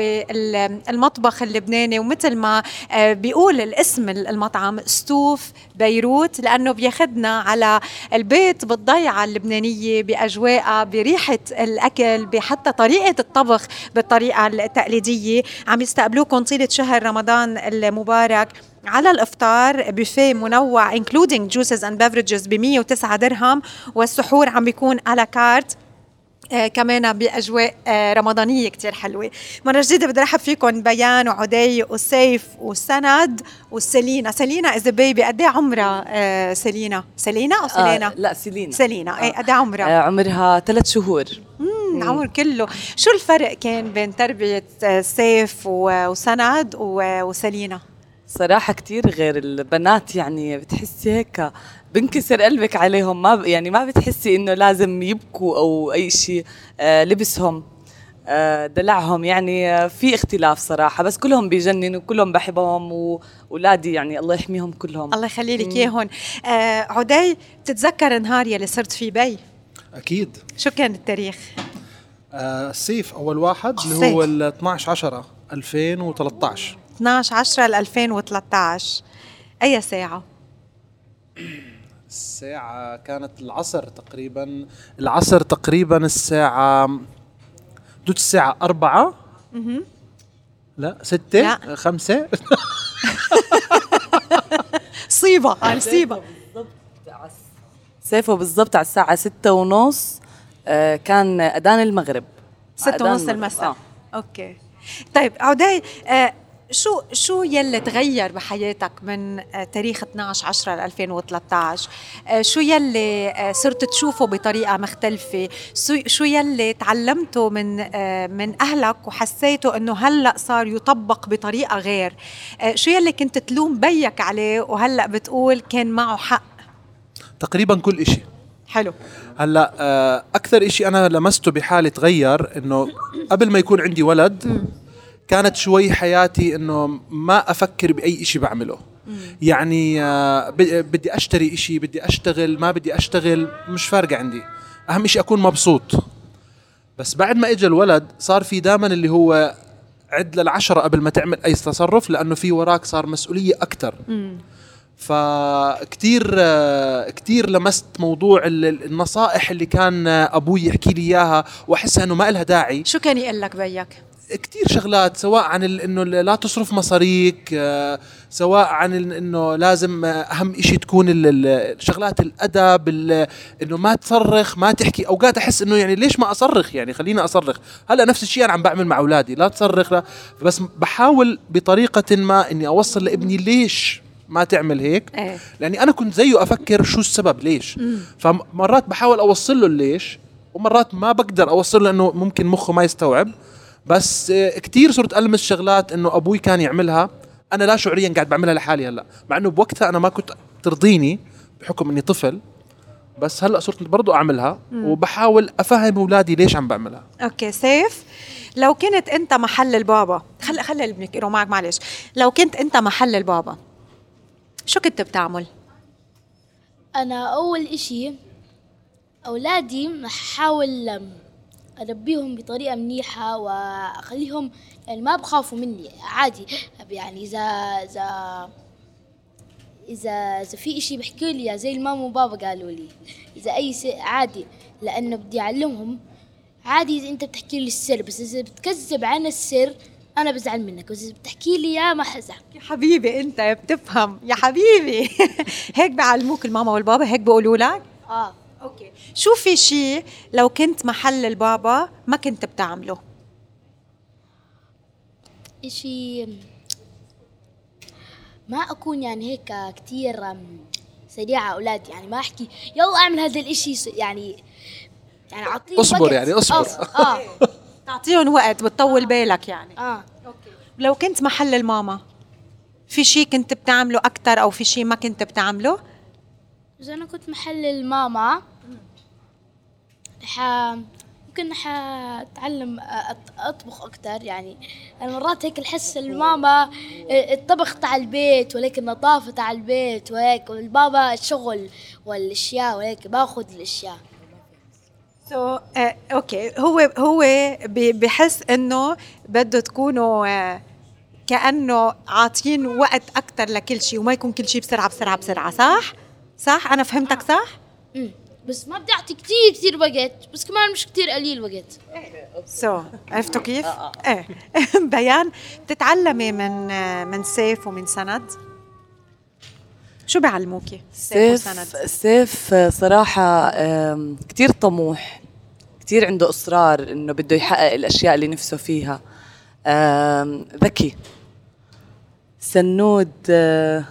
المطبخ اللبناني، ومثل ما بيقول الاسم المطعم ستوف بيروت لأنه بياخدنا على البيت بالضيعة اللبنانية بأجواءها بريحة الأكل بحتى طريقة الطبخ بالطريقة التقليدية. عم يستقبلوكم طيلة شهر رمضان المبارك على الإفطار بوفيه منوع including juices and beverages ب مية وتسعة درهم، والسحور عم بيكون على كارت آه كمان بأجواء آه رمضانية كتير حلوة. مرة جديدة بدي رحب فيكم بيان وعدي وسيف وسند وسلينا. سلينا إذا بيبي قد ايه عمرها آه سلينا؟ سلينا أو سلينا؟ آه لا سلينا. سلينا آه. ايه قد ايه عمرها؟ آه عمرها ثلاث شهور. امم عمر كله. شو الفرق كان بين تربية آه سيف وسند وسلينا؟ صراحة كتير غير. البنات يعني بتحسي هيك بنكسر قلبك عليهم، ما ب... يعني ما بتحسي انه لازم يبكوا او اي شيء. آه لبسهم آه دلعهم يعني آه في اختلاف صراحة، بس كلهم بيجننوا وكلهم بحبهم، وولادي يعني الله يحميهم كلهم. الله يخلي لك اياهم. آه عدي، بتتذكر نهار يلي صرت في بي؟ اكيد. شو كان التاريخ؟ آه الصيف اول واحد اللي هو ال اثناشر عشرة ألفين وثلاثة عشر. اثناشر عشرة ألفين وثلاثة عشر. اي ساعة؟ الساعة كانت العصر تقريبا، العصر تقريبا الساعة دوت الساعة أربعة. مه. لا ستة لا. خمسة. صيبة على صيبة. سيفه بالضبط على الساعة ستة ونص آه كان أذان المغرب. ستة ونص المساء. آه. أوكي طيب عدي، آه شو شو يلي تغير بحياتك من آه، تاريخ اثنعش عشرة ل ألفين وثلاثة عشر؟ آه، شو يلي آه، صرت تشوفه بطريقة مختلفة؟ سو- شو يلي تعلمته من آه، من أهلك وحسيته إنه هلأ صار يطبق بطريقة غير؟ آه، شو يلي كنت تلوم بيك عليه وهلأ بتقول كان معه حق؟ تقريبا كل إشي. حلو. هلا آه، اكثر إشي انا لمسته بحالي تغير انه قبل ما يكون عندي ولد كانت شوي حياتي انه ما افكر باي إشي بعمله. يعني آه، ب- بدي اشتري إشي، بدي اشتغل، ما بدي اشتغل، مش فارقة عندي، اهم إشي اكون مبسوط. بس بعد ما اجى الولد صار في دائما اللي هو عد للعشرة قبل ما تعمل اي تصرف، لانه في وراك صار مسؤولية اكتر. فكتير آه، كتير لمست موضوع ال- ال- النصائح اللي كان آه، ابوي يحكي لي اياها واحسها انه ما لها داعي. شو كان يقول لك بيك؟ كتير شغلات، سواء عن ال- انه لا تصرف مصاريك، آه، سواء عن ال- انه لازم آه، اهم إشي تكون ال- ال- شغلات الادب، ال- انه ما تصرخ، ما تحكي. اوقات احس انه يعني ليش ما اصرخ، يعني خليني اصرخ. هلا نفس الشيء انا عم بعمل مع اولادي، لا تصرخ لا. بس بحاول بطريقة ما اني اوصل لابني ليش ما تعمل هيك. ايه. لاني انا كنت زيه افكر شو السبب ليش. فمرات بحاول اوصل له ليش، ومرات ما بقدر اوصل له انه ممكن مخه ما يستوعب. بس آه، كتير صرت ألمس شغلات انه ابوي كان يعملها انا لا شعوريا قاعد بعملها لحالي هلا، مع انه بوقتها انا ما كنت ترضيني بحكم اني طفل. بس هلا صرت برضو اعملها وبحاول افهم اولادي ليش عم بعملها. اوكي سيف، لو كنت انت محل البابا، خلي خلي ابنك يقروا معك معلش، لو كنت انت محل البابا شو كنت بتعمل؟ أنا أول إشي أولادي أحاول أربيهم بطريقة منيحة وأخليهم يعني ما بخافوا مني عادي. يعني إذا إذا إذا إذا في إشي بحكوا لي زي الماما وبابا قالوا لي، إذا أي شيء عادي، لأنه بدي أعلمهم عادي. إذا أنت بتحكي لي السر، بس إذا بتكذب عن السر أنا بزعل منك، بس إذا بتحكي لي يا ما حزعل. يا حبيبي انت بتفهم يا حبيبي. هيك بعلموك الماما والبابا، هيك بيقولوا لك؟ آه اوكي. شو في شيء لو كنت محل البابا ما كنت بتعمله؟ إشي ما أكون يعني هيك كتير أم، سريعة أولاد، يعني ما أحكي يلا أعمل هذا الإشي س- يعني يعني أعطيه اصبر وقت. يعني اصبر. آه, آه, تعطيهم وقت، بتطول بالك يعني. آه. لو كنت محل الماما في شيء كنت بتعمله أكتر أو في شيء ما كنت بتعمله؟ إذا أنا كنت محل الماما ح ممكن حأتعلم أط- أطبخ أكتر. يعني أنا مرات هيك الحس الماما الطبخ تاع البيت ولكن النظافة تاع البيت وهيك، والبابا الشغل والأشياء وهيك باخذ الأشياء. سو so, uh, اوكي. هو هو ب- بحس انه بده تكونوا uh, كانه عاطين وقت اكثر لكل شيء وما يكون كل شيء بسرعه بسرعه بسرعه. صح صح انا فهمتك صح؟ مم. بس ما بدي أعطي كتير كتير وقت، بس كمان مش كتير قليل وقت. سو so, عرفتوا كيف؟ ايه. بيان، بتتعلمي من uh, من سيف ومن سند؟ شو بيعلموكي سيف وسند؟ سيف سيف صراحة آم، كتير طموح، كتير عنده إصرار إنه بده يحقق الأشياء اللي نفسه فيها. آم، ذكي. سنود آه،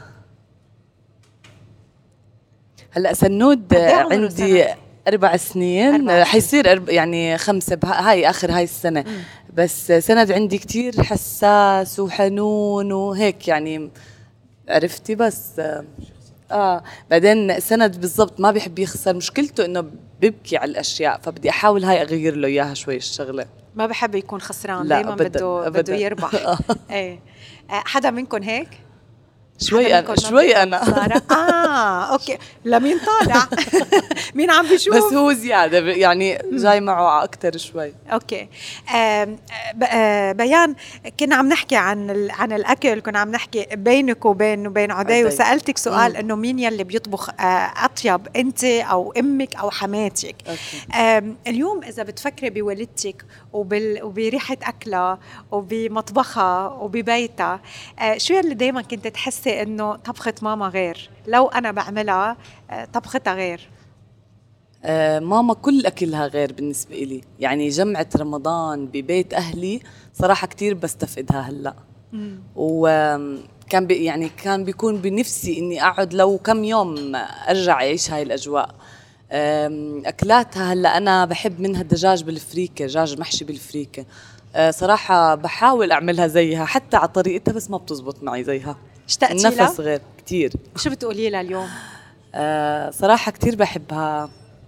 هلا سنود قد إيه آه، عمره عندي سند؟ أربع سنين. أربع سنين. حيصير أرب... يعني خمسة بها... هاي آخر هاي السنة. مم. بس سند عندي كتير حساس وحنون وهيك يعني، عرفتي. بس آه, اه بعدين سند بالضبط ما بيحب يخسر، مشكلته انه بيبكي على الاشياء، فبدي احاول هاي اغير له اياها شوي الشغله. ما بحب يكون خسران، لا، دايما أبداً، بده أبداً. بده يربح. ايه. آه، حدا منكم هيك؟ شوي حدا انا منكم شوي ما انا بخسارة؟ اه اوكي. لمين طالع؟ مين عم بيشوف؟ بس هو زياده ب- يعني جاي معه اكثر شوي. اوكي. آم، ب- آه، بيان، كنا عم نحكي عن ال- عن الاكل، كنا عم نحكي بينك وبين وبين عدي، عدي. وسالتك سؤال مم. انه مين يلي بيطبخ آه، اطيب، انت او امك او حماتك؟ أوكي. آم، اليوم اذا بتفكري بوالدتك وبال وبريحه اكلها وبمطبخها وببيتها، آه، شو يلي دائما كنت تحسي انه طبخه ماما غير، لو انا بعملها آه، طبختها غير؟ آه ماما كل أكلها غير بالنسبة إلي، يعني جمعة رمضان ببيت أهلي صراحة كتير بستفقدها هلأ. وكان بي يعني كان بيكون بنفسي إني أقعد لو كم يوم أرجع أعيش هاي الأجواء. أكلاتها هلأ أنا بحب منها الدجاج بالفريكة، دجاج محشي بالفريكة. صراحة بحاول أعملها زيها حتى على طريقتها، بس ما بتزبط معي زيها. اشتقتي لها؟ النفس غير كتير. شو بتقولي لها اليوم؟ آه صراحة كتير بحبها.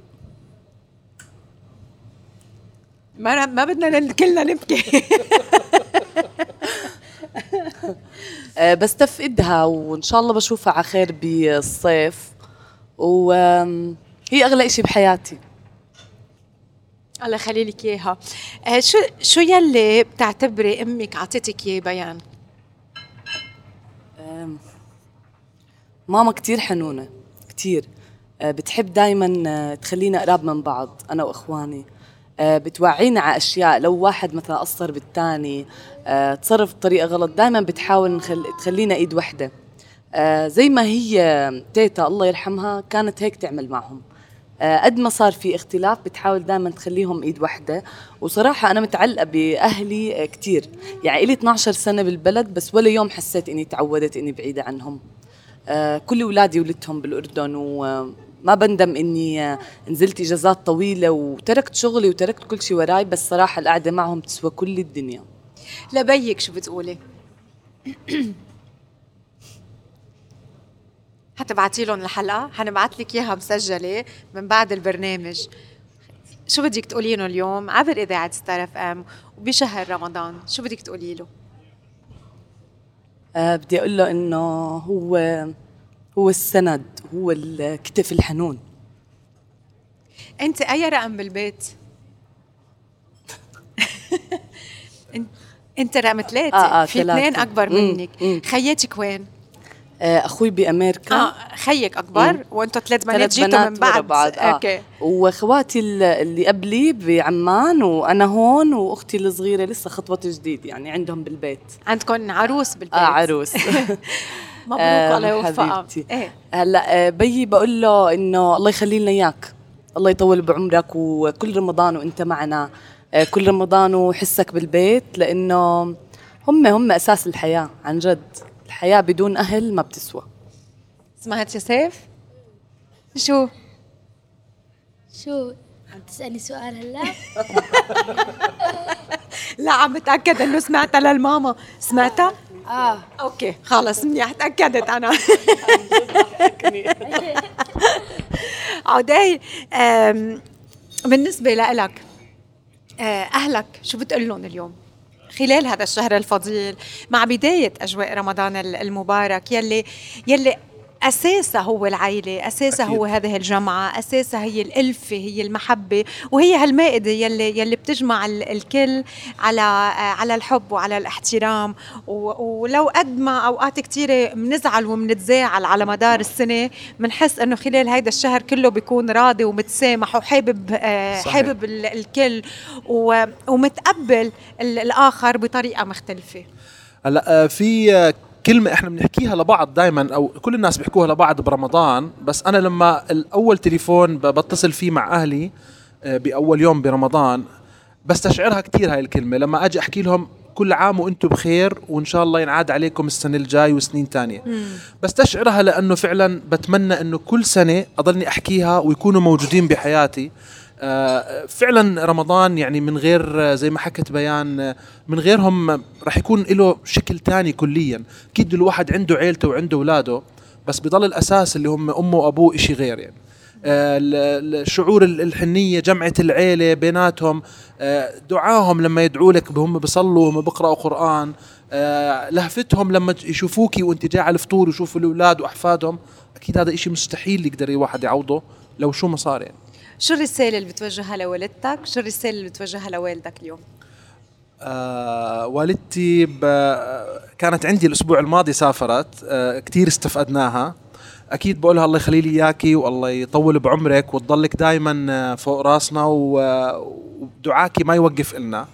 ما ما بدنا كلنا نبكي. آه بستفقدها وإن شاء الله بشوفها على خير بالصيف، وهي أغلى إشي بحياتي. الله يخلي لك اياها. آه شو شو يلي بتعتبري امك عطيتك اياه بيان؟ آه ماما كتير حنونة كتير. آه بتحب دايما آه تخلينا قراب من بعض أنا وإخواني. آه بتوعينا على أشياء، لو واحد مثلا قصر بالتاني آه تصرف بطريقة غلط، دايما بتحاول نخل... تخلينا إيد واحدة. آه زي ما هي تيتا الله يرحمها كانت هيك تعمل معهم. قد ما صار في اختلاف بتحاول دائما تخليهم ايد واحدة. وصراحة أنا متعلقة بأهلي كتير، يعني إلي اثنعش سنة بالبلد بس ولا يوم حسيت إني تعودت إني بعيدة عنهم. كل أولادي ولدتهم بالأردن، وما بندم إني نزلت إجازات طويلة وتركت شغلي وتركت كل شيء وراي، بس صراحة القعدة معهم تسوى كل الدنيا. لبيك شو بتقولي؟ حتبعتي لهم الحلقة، حنبعت لك إياها مسجلة من بعد البرنامج. شو بدك تقولي له اليوم عبر إذاعة ستار اف ام وبشهر رمضان؟ شو بدك تقولي له؟ أه بدي أقول له إنه هو هو السند، هو الكتف الحنون. أنت أي رقم بالبيت؟ أنت رقم ثلاثة. آه آه في اثنين أكبر منك. مم. خياتك وين؟ أخوي بأمريكا. آه خيك أكبر وأنتوا ثلاث بنات جيتوا بنات من بعد, بعض. آه. أوكي. وأخواتي اللي قبلي بعمان وأنا هون، وأختي الصغيرة لسه خطوة جديد يعني عندهم بالبيت. عندكم عروس بالبيت؟ آه عروس. مبروك الله يوفقها. إيه؟ هلا بيي بقول له إنه الله يخلي لنا إياك، الله يطول بعمرك، وكل رمضان وأنت معنا، كل رمضان وحسك بالبيت، لأنه هم هم أساس الحياة عن جد. الحياة بدون أهل ما بتسوى. سمعت يا سيف؟ شو؟ شو؟ عم تسألني سؤال هلا؟ لا عم بتأكد إنه سمعتها للماما. سمعتها؟ آه أوكي خلص منيح، تأكدت أنا. عودي بالنسبة لإلك أهلك شو بتقول لهم اليوم خلال هذا الشهر الفضيل مع بداية أجواء رمضان المبارك يلي يلي أساسها هو العائلة، أساسها هو هذه الجمعة، أساسها هي الألفة، هي المحبة، وهي هالمائدة يلي يلي بتجمع الكل على على الحب وعلى الاحترام. ولو قد ما أوقات كتيرة منزعل ومنتزاعل على مدار السنة، منحس إنه خلال هيدا الشهر كله بيكون راضي ومتسامح وحابب حابب الكل ومتقبل الآخر بطريقة مختلفة. هلا في كلمة احنا بنحكيها لبعض دايما، او كل الناس بيحكوها لبعض برمضان، بس انا لما الاول تليفون بتصل فيه مع اهلي باول يوم برمضان بستشعرها كتير هاي الكلمة، لما اجي احكي لهم كل عام وانتم بخير وان شاء الله ينعاد عليكم السنة الجاي وسنين تانية. بستشعرها لانه فعلا بتمنى انه كل سنة اضلني احكيها ويكونوا موجودين بحياتي. فعلا رمضان يعني من غير زي ما حكت بيان، من غيرهم رح يكون له شكل تاني كليا. أكيد الواحد عنده عيلته وعنده أولاده، بس بضل الأساس اللي هم أمه وأبوه إشي غير. يعني الشعور الحنية، جمعة العيلة بيناتهم، دعاهم لما يدعوا لك هم بيصلوا هم بيقرأوا قرآن، لهفتهم لما يشوفوكي وانت جاي على الفطور ويشوفوا الأولاد وأحفادهم. أكيد هذا إشي مستحيل يقدر الواحد يعوضه لو شو ما صار. يعني شو الرسالة اللي بتوجهها لوالدتك؟ شو الرسالة اللي بتوجهها لوالدك اليوم؟ آه والدتي كانت عندي الأسبوع الماضي، سافرت، آه كتير استفقدناها. أكيد بقولها الله يخلي لي إياكي والله يطول بعمرك وتضلك دايما فوق راسنا، ودعاكي ما يوقف إلنا.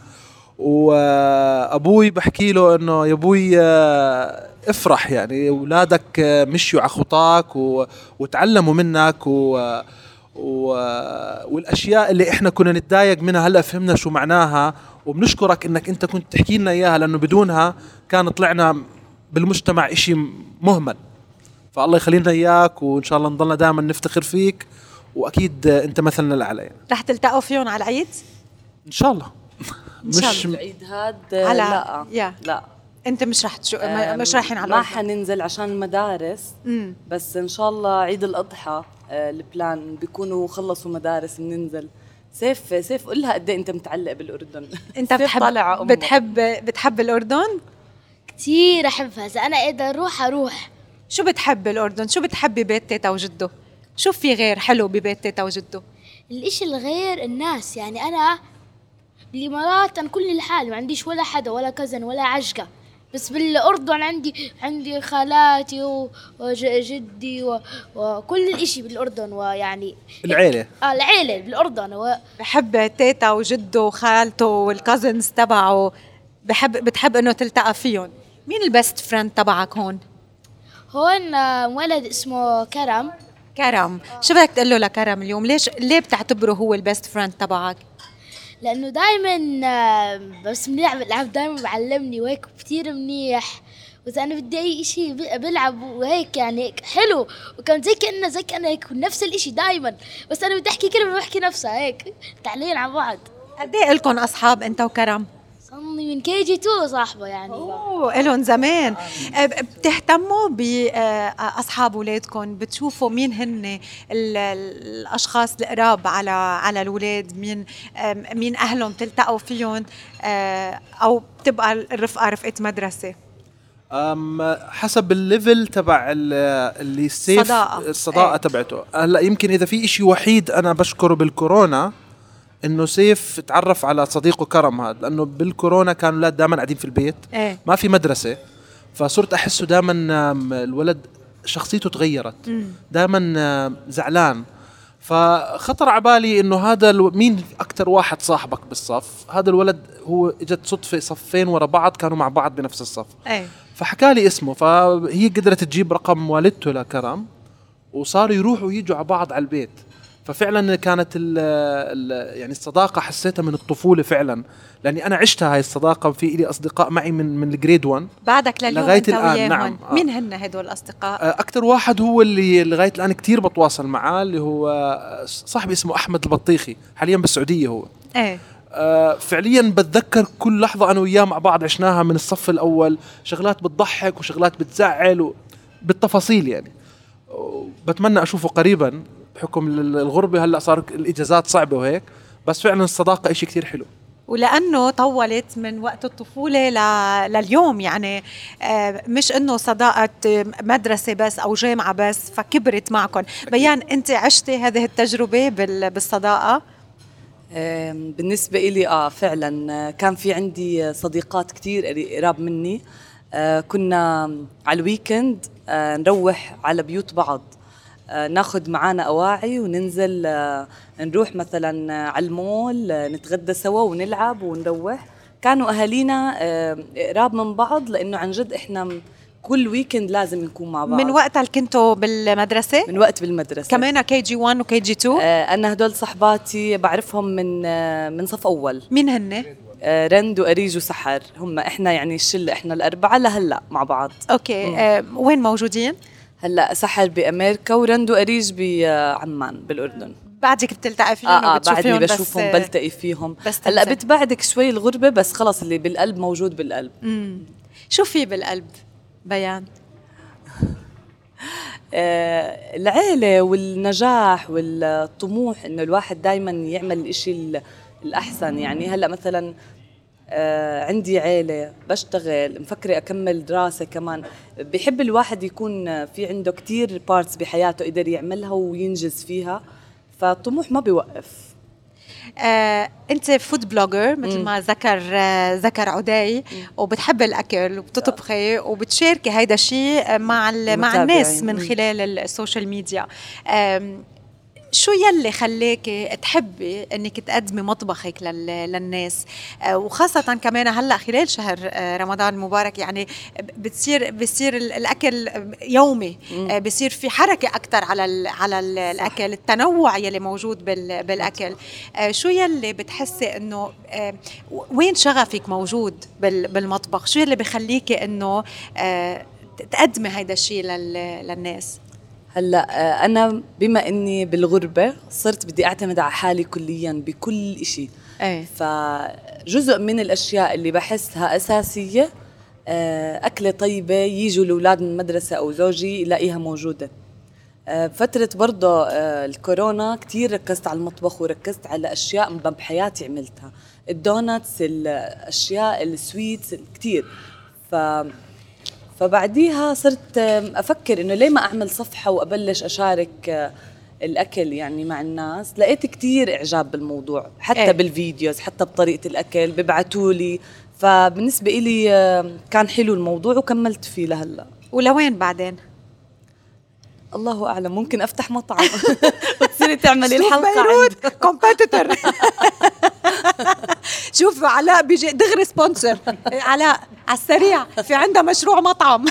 وأبوي بحكي له إنه يا أبوي افرح، يعني أولادك مشيوا على خطاك وتعلموا منك، و والأشياء اللي إحنا كنا نتضايق منها هلأ فهمنا شو معناها وبنشكرك انك انت كنت تحكي لنا اياها، لانه بدونها كان طلعنا بالمجتمع اشي مهمل. فالله يخلينا اياك، وان شاء الله نضلنا دائما نفتخر فيك، واكيد انت مثلنا الاعلى يعني. رح تلتقوا فيهم على العيد ان شاء الله. إن شاء مش العيد هاد على لا يا. لا انت مش رح تشو... آم، مش رايحين على ما الأردن. حننزل عشان المدارس. مم. بس ان شاء الله عيد الاضحى آه، البلان بيكونوا خلصوا مدارس بننزل. سيف سيف قول لها قد ايه انت متعلق بالاردن. انت سيف بتحب طالع على أمه. بتحب بتحب الاردن؟ كتير أحبها، إذا أنا إذا أروح أروح. شو بتحب الاردن؟ شو بتحب ببيت تيتا وجده؟ شو في غير حلو ببيت تيتا وجده؟ الإشي الغير الناس، يعني أنا بالإمارات أنا كل لحالي ما عنديش ولا حدا ولا كزن ولا عجقة، بس بالأردن عندي عندي خالاتي و- وجدي و- وكل الإشي بالأردن، ويعني العيلة. آه العيلة بالأردن و... بحب تيتا وجده وخالته والكازنز تبعه، بحب بتحب انه تلتقى فيهم. مين البست فريند تبعك هون؟ هون آه، ولد اسمه كرم. كرم. شو بدك تقول له لكرم اليوم؟ ليش ليه بتعتبره هو البست فريند تبعك؟ لأنه دايما آه، بس بنلعب الألعاب دايما بعلمني وهيك كتير منيح، وإذا أنا بدي أي إشي ب- بلعب وهيك يعني هيك حلو، وكان زي كأنه زي كأنه هيك نفس الإشي دايما، بس أنا بدي أحكي كلمة بحكي نفسها هيك تعليل على بعض. قد ايه الكم اصحاب انت وكرم؟ صني من كي جي تو صاحبه يعني. اوه الهم زمان. أه، بتهتموا باصحاب اولادكم؟ بتشوفوا مين هن ال- الاشخاص القراب على على الاولاد؟ مين أم، مين اهلهم تلتقوا فيهم؟ أه، او بتبقى الرفقه رفقه مدرسه؟ أم حسب الليفل تبع ال- اللي السيف صداقة. الصداقة ايه. تبعته. هلا يمكن إذا في إشي وحيد أنا بشكره بالكورونا، إنه سيف تعرف على صديقه كرم هذا، لأنه بالكورونا كانوا الأولاد دائما قاعدين في البيت، ايه. ما في مدرسة، فصرت أحسه دائما الولد شخصيته تغيرت، دائما زعلان. فخطر على بالي إنه هذا الو... مين أكتر واحد صاحبك بالصف؟ هذا الولد هو إجت صدفة صفين ورا بعض كانوا مع بعض بنفس الصف، ايه. فحكى لي اسمه، فهي قدرت تجيب رقم والدته لكرم، وصاروا يروحوا ويجوا على بعض على البيت. ففعلا كانت ال ال يعني الصداقة حسيتها من الطفولة فعلا، لأني أنا عشتها هاي الصداقة. في إلي أصدقاء معي من من الجريد واحد بعدك لليوم لغاية انت الآن. وياهم. نعم. آه. مين هن هدول الاصدقاء؟ أكتر واحد هو اللي لغاية الآن كتير بتواصل معاه، اللي هو صاحبي اسمه أحمد البطيخي، حاليا بالسعودية هو. ايه. آه، فعليا بتذكر كل لحظة أنا وياه مع بعض عشناها من الصف الأول، شغلات بتضحك وشغلات بتزعل و... بالتفاصيل يعني. بتمنى أشوفه قريبا بحكم الغربة، هلأ صار الإجازات صعبة وهيك، بس فعلا الصداقة إشي كتير حلو. ولأنه طولت من وقت الطفولة ل... لليوم يعني، آه، مش إنه صداقة مدرسة بس أو جامعة بس فكبرت معكم. بيان أنت عشتي هذه التجربة بال... بالصداقة؟ آم، بالنسبة إلي آه فعلا آه، كان في عندي صديقات كتير قري- قراب مني. آه، كنا على الويكند آه، نروح على بيوت بعض، آه، ناخد معانا أواعي وننزل آه، نروح مثلا آه، على المول، آه، نتغدى سوا ونلعب ونروح. كانوا أهالينا آه، قراب من بعض، لأنه عن جد إحنا م- كل ويكند لازم نكون مع بعض. من وقت اللي كنتوا بالمدرسة؟ من وقت بالمدرسة كمان كي جي واحد وكي جي اثنين؟ آه، أنا هدول صحباتي بعرفهم من آه، من صف أول. مين هن؟ آه، رند وأريج وسحر، هم إحنا يعني الشلة، إحنا الأربعة لهلا مع بعض. أوكي. آه، وين موجودين؟ هلا سحر بأمريكا ورند وأريج بعمان بالأردن. بعدك بتلتقي فيهم آه آه وبتشوفيهم؟ بعدني بس بشوفهم بلتقي فيهم. بس هلا تنزل. بتبعدك شوي الغربة، بس خلص اللي بالقلب موجود بالقلب. مم. شو في بالقلب بيان؟ آه العيلة والنجاح والطموح، إنه الواحد دايما يعمل الإشي ال- الأحسن. يعني هلا مثلا آه عندي عيلة، بشتغل، مفكرة أكمل دراسة كمان. بحب الواحد يكون في عنده كتير بارتس بحياته يقدر يعملها وينجز فيها، فالطموح ما بيوقف. آه، انت فود بلوجر مثل ما ذكر آه، ذكر عدي، وبتحب الاكل وبتطبخي وبتشاركي هيدا الشيء مع ال- مع المتابعين. الناس من خلال السوشيال ميديا. آم، شو يلي خليكي تحبي انك تقدمي مطبخك لل- للناس، آه، وخاصة كمان هلا خلال شهر آه، رمضان المبارك، يعني بتصير بصير ال- الاكل يومي، آه، بصير في حركة اكثر على ال على ال الاكل، التنوع يلي موجود بال بالاكل. آه، شو يلي بتحسي انه آه، وين شغفك موجود بال- بالمطبخ؟ شو يلي بخليكي انه آه، تقدمي هيدا الشيء لل- للناس؟ هلا آه، انا بما اني بالغربه صرت بدي اعتمد على حالي كليا بكل إشي. ايه فجزء من الاشياء اللي بحسها اساسيه آه، اكله طيبه يجوا الاولاد من المدرسه او زوجي يلاقيها موجوده. آه، فترة برضه آه، الكورونا كتير ركزت على المطبخ وركزت على أشياء ما بحياتي عملتها، الدونتس، الأشياء السويتس كتير. ف فبعديها صرت آه، أفكر إنه ليه ما أعمل صفحة وأبلش أشارك آه، الأكل يعني مع الناس. لقيت كتير إعجاب بالموضوع، حتى إيه. بالفيديوز، حتى بطريقة الأكل ببعتولي. فبالنسبة إلي آه، كان حلو الموضوع وكملت فيه لهلأ. ولوين بعدين؟ الله اعلم، ممكن افتح مطعم وتصيري تعملي الحلقه بيروت عند كومبيتيتور. شوف علاء بيجي دغري سبونسر، علاء على السريع في عندها مشروع مطعم.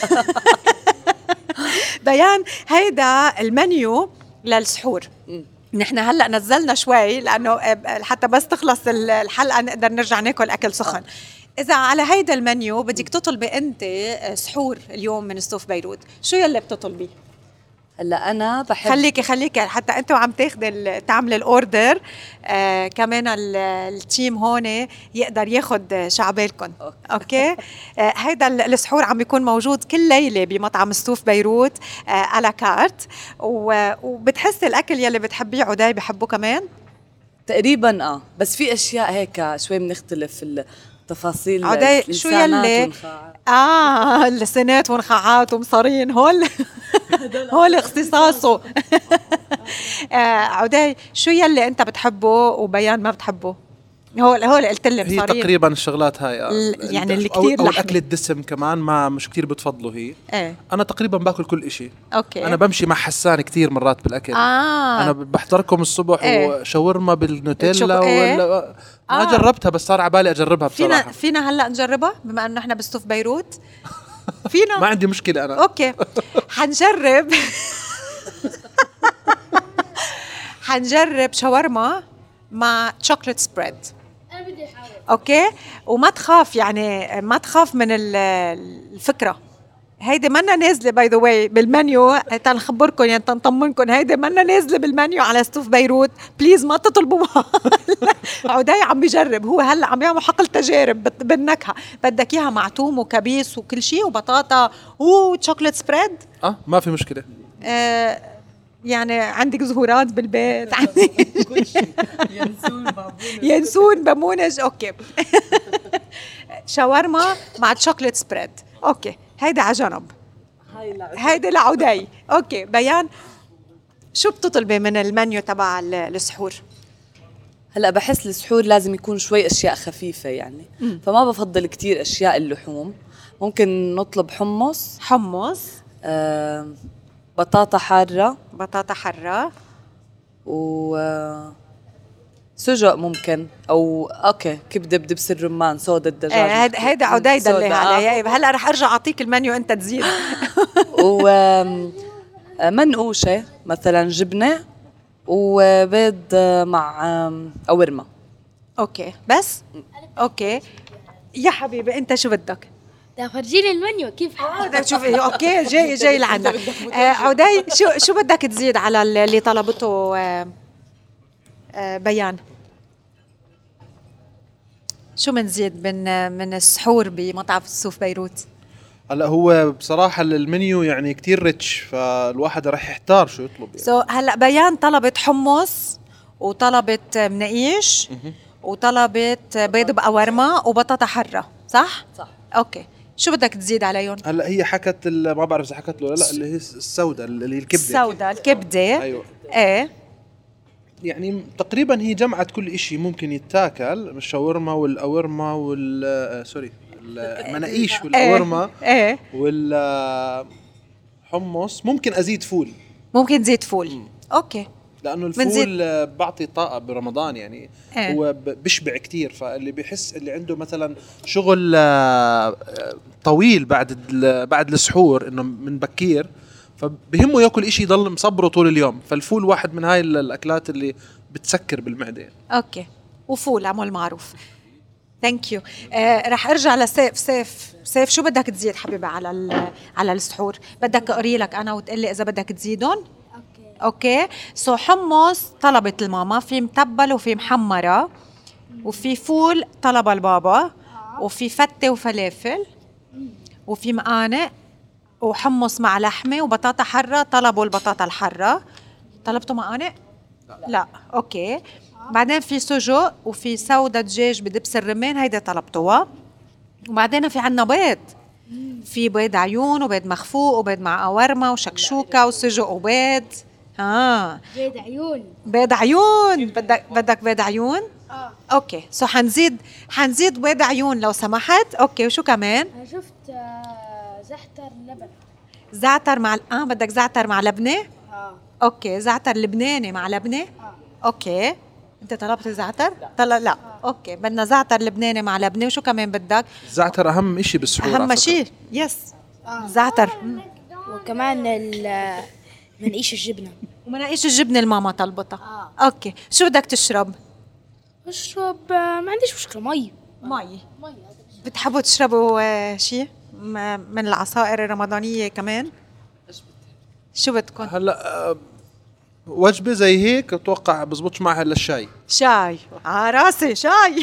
بيان، هيدا المنيو للسحور. نحن هلا نزلنا شوي لانه حتى بس تخلص الحلقه نقدر نرجع ناكل اكل سخن. اذا على هيدا المنيو بدك تطلبي انت سحور اليوم من ستوف بيروت، شو يلي بتطلبي؟ هلا انا بحب خليكي خليكي حتى انت وعم تاخذي تعملي الاوردر، آه كمان ال- التيم هون يقدر ياخذ شعبالكم. أوكي. اوكي. آه هيدا ال- السحور عم بيكون موجود كل ليله بمطعم ستوف بيروت آه على كارت، و- وبتحسي الاكل يلي بتحبيه عداي بحبه كمان. تقريبا اه بس في اشياء هيك شوي بنختلف في التفاصيل. عداي شو لسانات يلي ونخاع. اه لسانات ونخاعات ومصارين هول هول اختصاصه. آه عداي شو يلي انت بتحبه وبيان ما بتحبه؟ هول هول قلت لي هي مصارين. تقريبا الشغلات هاي آه، ال- يعني اللي أو- كتير او لحمة. الاكل الدسم كمان ما مش كتير بتفضله هي. ايه انا تقريبا باكل كل إشي. اوكي. انا بمشي مع حسان كتير مرات بالاكل. اه انا بحضركم الصبح إيه. وشاورما بالنوتيلا بتشوف- إيه. ولا ما آه. جربتها بس صار على بالي اجربها فينا بصراحه. فينا هلا نجربها بما انه احنا بستوف بيروت. فينا ما عندي مشكله انا. اوكي حنجرب. حنجرب شاورما مع شوكليت سبريد. انا بدي احاول. اوكي، وما تخاف يعني ما تخاف من ال- الفكره. هيدي منا نازله باي ذا واي بالمنيو، تنخبركم يعني تنطمنكم، هيدي منا نازله بالمنيو على ستوف بيروت، بليز ما تطلبوا. عداي عم بيجرب، هو هلا عم يعمل حقل تجارب بت- بالنكهه، بدك اياها مع توم وكبيس وكل شيء وبطاطا وشوكليت سبريد. اه ما في مشكله. آه يعني عندك زهورات بالبيت، عندك ينسون بمونج. اوكي. شاورما مع شوكليت سبريد. اوكي هيدا على جنب، هيدا لعداي. اوكي بيان، شو بتطلبي من المنيو تبع ال- السحور؟ هلا بحس السحور لازم يكون شوي اشياء خفيفه يعني. مم. فما بفضل كتير اشياء اللحوم. ممكن نطلب حمص، حمص، آه، بطاطا حاره، بطاطا حرة، و آه، سجق ممكن، او اوكي كبده بدبس الرمان، صودا الدجاج. آه هيدا هيدا عداي دلي سودا، علي. هلا رح ارجع اعطيك المنيو انت تزيد. ومنقوشه مثلا جبنه وبيض آه، مع آم، قورمه. اوكي بس اوكي يا حبيبي انت شو بدك؟ بدي فرجيني المنيو كيف بدك تشوفي اوكي جاي جاي لعندك. آه عداي شو شو بدك تزيد على اللي طلبته آه آه بيان؟ شو منزيد من من السحور بمطعم ستوف بيروت؟ هلا هو بصراحه المنيو يعني كتير ريتش، فالواحد راح يحتار شو يطلب يعني. سو so, هلا بيان طلبت حمص وطلبت منقيش وطلبت بيض بقورمه وبطاطا حره، صح؟ صح. اوكي شو بدك تزيد عليهم؟ هلا هي حكت ال- ما بعرف اذا حكت له ولا لا، اللي هي السوداء اللي هي الكبده. السوداء الكبده. ايوه ايه يعني تقريبا هي جمعت كل إشي ممكن يتاكل، الشاورما والقورمه وال آه، سوري المناقيش والقورمه ايه والحمص. ممكن ازيد فول ممكن زيت فول. اوكي لانه الفول آه، بعطي طاقه برمضان يعني. إيه. هو ب- بيشبع كتير، فاللي بيحس اللي عنده مثلا شغل آه، آه، طويل بعد ال- بعد السحور انه من بكير، فبهمه ياكل إشي يضل مصبره طول اليوم. فالفول واحد من هاي ال- الاكلات اللي بتسكر بالمعده يعني. اوكي، وفول عمل معروف. ثانك يو. آه رح ارجع لسيف. سيف سيف شو بدك تزيد حبيبي على ال- على السحور؟ بدك اقري لك انا وتقول لي اذا بدك تزيدهم. اوكي. اوكي، سو حمص طلبت الماما، في متبل وفي محمره، وفي فول طلب البابا، وفي فتة وفلافل، وفي مقانق، وحمص مع لحمة، وبطاطا حرة طلبوا البطاطا الحرة. طلبتوا مقانق؟ لا, لا. اوكي. بعدين في سجق وفي سودة دجاج بدبس الرمان، هيدا طلبتوها. وبعدين في عنا بيض، في بيض عيون وبيض مخفوق وبيض مع قوارمة وشكشوكة وسجق وبيض. ها بيض عيون. بيض عيون. بدك بدك بيض عيون؟ اه اوكي، سو حنزيد حنزيد بيض عيون لو سمحت. اوكي، وشو كمان؟ انا شفت آه، زحتر لبن. زعتر مع اه بدك زعتر مع لبنه؟ اه اوكي، زعتر لبناني مع لبنه. اه اوكي، انت طلبت زعتر؟ طلع لا. اوكي، بدنا زعتر لبناني مع لبنه. وشو كمان بدك؟ الزعتر اهم إشي بالسحور. اهم على فكرة. شيء. يس، زعتر. وكمان ال منقيش الجبنه. ومناقيش الجبنه الماما طلبتها. اه اوكي، شو بدك تشرب؟ اشرب آه، ما عنديش مشكله مي. مي. مي. بتحبوا تشربوا آه، شيء م- من العصائر الرمضانيه كمان؟ شو بدكم؟ هلا آه، وجبه زي هيك اتوقع بزبطش معها الا الشاي. شاي على راسي شاي.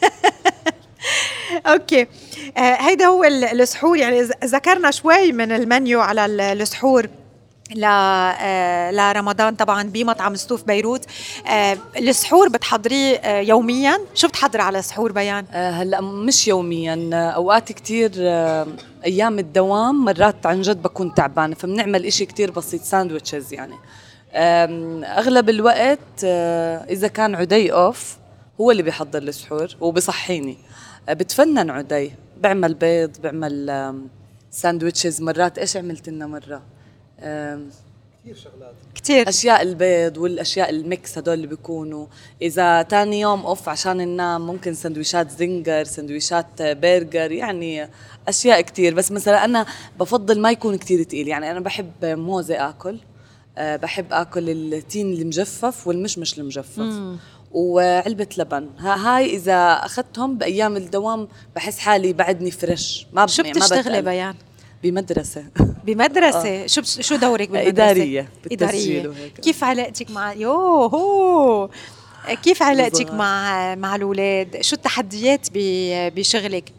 اوكي، آه هيدا هو ال- السحور. يعني ذ- ذكرنا شوي من المنيو على ال- السحور ل آه لرمضان طبعا بمطعم ستوف بيروت. آه السحور بتحضريه آه يوميا؟ شو بتحضر على السحور بيان؟ آه، هلا مش يوميا، آه، اوقات كتير آه، ايام الدوام مرات عن جد بكون تعبانه، فبنعمل إشي كتير بسيط، ساندويتشز يعني. آم، اغلب الوقت آه، اذا كان عدي اوف هو اللي بيحضر السحور وبصحيني. آه، بتفنن عدي، بعمل بيض، بعمل آم، ساندويتشز مرات. ايش عملت لنا مره؟ آم، كتير. اشياء البيض والاشياء الميكس هدول اللي بيكونوا. اذا تاني يوم اوف عشان ننام ممكن سندويشات زنجر، سندويشات برجر، يعني اشياء كتير. بس مثلا انا بفضل ما يكون كتير تقيل، يعني انا بحب موزة اكل، أه بحب اكل التين المجفف والمشمش المجفف مم. وعلبة لبن. ها هاي اذا اخذتهم بايام الدوام بحس حالي بعدني فريش. ما شو ما بتشتغلي بتقل. بيان؟ بمدرسة. بمدرسة. شو بس- شو دورك بالمدرسة؟ إدارية، بالتسجيل إدارية. وهيك. كيف علاقتك مع يوهو كيف علاقتك بالظبط. مع مع الأولاد؟ شو التحديات ب- بشغلك؟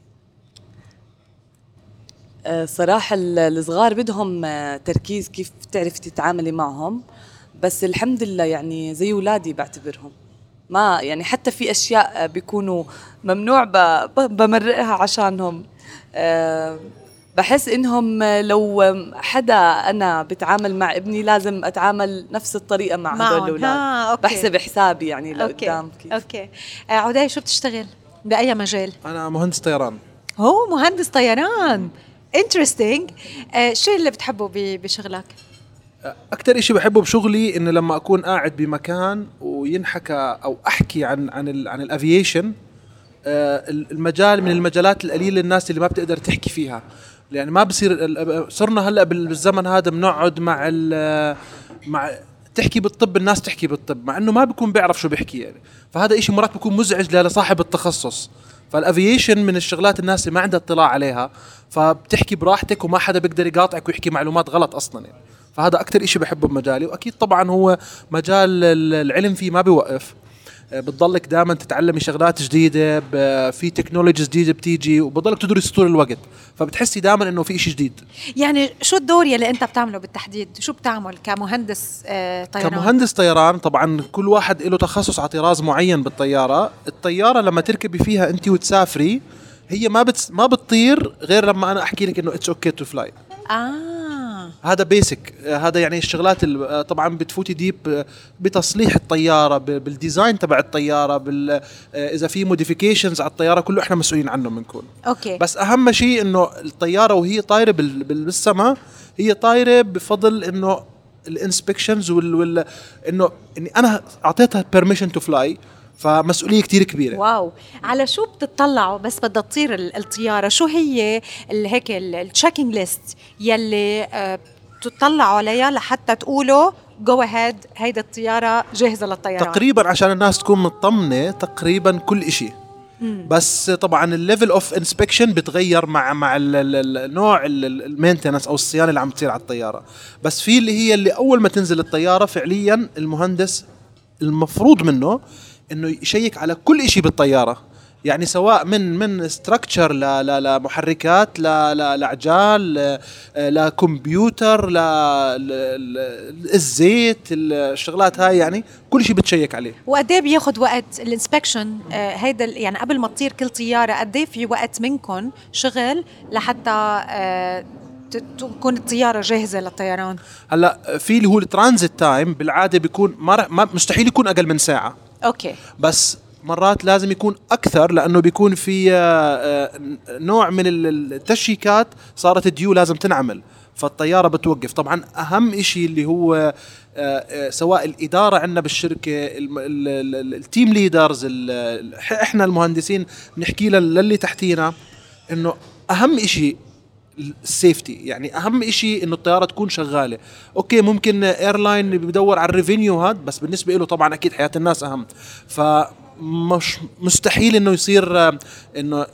آه، صراحة ال- الصغار بدهم آه، تركيز، كيف تعرفي تتعاملي معهم. بس الحمد لله يعني زي ولادي بعتبرهم. ما يعني حتى في أشياء آه، بيكونوا ممنوع ب- ب- بمرقها عشانهم. آه، بحس إنهم آه، لو حدا أنا بتعامل مع ابني لازم أتعامل نفس الطريقة مع معهم. هدول الأولاد. ها، أوكي. بحسب حسابي يعني أوكي. لقدام كيف. أوكي. آه، عدي شو بتشتغل؟ بأي مجال؟ انا مهندس طيران. هو مهندس طيران. انترستينج. شو اللي بتحبه ب- بشغلك؟ اكثر إشي بحبه بشغلي انه لما اكون قاعد بمكان وينحكى او احكي عن عن ال عن الافييشن، المجال من المجالات القليله الناس اللي ما بتقدر تحكي فيها. يعني ما بصير ال- صرنا هلا بالزمن هذا بنقعد مع ال مع تحكي بالطب، الناس تحكي بالطب مع انه ما بيكون بيعرف شو بيحكي يعني. فهذا إشي مرات بيكون مزعج لصاحب التخصص. فالافييشن من الشغلات الناس اللي ما عندها اطلاع عليها، فبتحكي براحتك وما حدا بيقدر يقاطعك ويحكي معلومات غلط اصلا يعني. فهذا اكثر إشي بحبه بمجالي. واكيد طبعا هو مجال ال- العلم فيه ما بيوقف. آه، بتضلك دائما تتعلمي شغلات جديده، ب- في تكنولوجي جديده بتيجي وبضلك تدرس طول الوقت، فبتحسي دائما انه في إشي جديد. يعني شو الدور يلي أنت بتعمله بالتحديد؟ شو بتعمل كمهندس آه، طيران؟ كمهندس طيران طبعا كل واحد له تخصص على طراز معين بالطياره. الطياره لما تركبي فيها انت وتسافري هي ما بتس ما بتطير غير لما انا احكي لك انه اتس اوكي تو فلاي. آه هذا بيسك. هذا يعني الشغلات اللي طبعا بتفوتي ديب بتصليح الطياره، ب- بالديزاين تبع الطياره، بال اذا في موديفيكيشنز على الطياره كله احنا مسؤولين عنه بنكون. أوكي. بس اهم شيء انه الطياره وهي طايره بال- بال- بالسماء هي طايره بفضل انه الانسبكشنز وال, وال انه اني انا اعطيتها بيرميشن تو فلاي، فمسؤوليه كتير كبيره. واو. على شو بتطلعوا بس بدها تطير ال- الطياره؟ شو هي ال- هيك التشيكينج ليست يلي آه تطلعوا عليها لحتى تقولوا جو اهيد هيدا الطياره جاهزه للطيران؟ تقريبا عشان الناس تكون مطمنه تقريبا كل إشي. بس طبعا الليفل اوف انسبكشن بتغير مع مع ال- ال- النوع المينتنس او الصيانه اللي عم تصير على الطياره. بس في اللي هي اللي اول ما تنزل الطياره فعليا المهندس المفروض منه انه يشيك على كل إشي بالطياره، يعني سواء من من ستراكشر ل ل لمحركات ل ل لعجال لكمبيوتر ل الزيت الشغلات هاي، يعني كل شيء بتشيك عليه. وقد ايه بياخذ وقت الانسبكشن آه هيدا يعني قبل ما تطير كل طياره؟ قد ايه في وقت منكم شغل لحتى آه تكون الطياره جاهزه للطيران؟ هلا في اللي هو الترانزيت تايم بالعاده بيكون ما, ما مستحيل يكون اقل من ساعه. اوكي. بس مرات لازم يكون أكثر لأنه بيكون في نوع من التشيكات صارت الديو لازم تنعمل، فالطيارة بتوقف. طبعا أهم إشي اللي هو سواء الإدارة عندنا بالشركة، التيم ليدرز، إحنا المهندسين نحكي للي تحتينا إنه أهم إشي السيفتي، يعني أهم إشي إنه الطيارة تكون شغالة. أوكي ممكن إيرلاين بدور على الريفينيو هاد، بس بالنسبة له طبعا أكيد حياة الناس أهم، فمش مستحيل إنه يصير إنه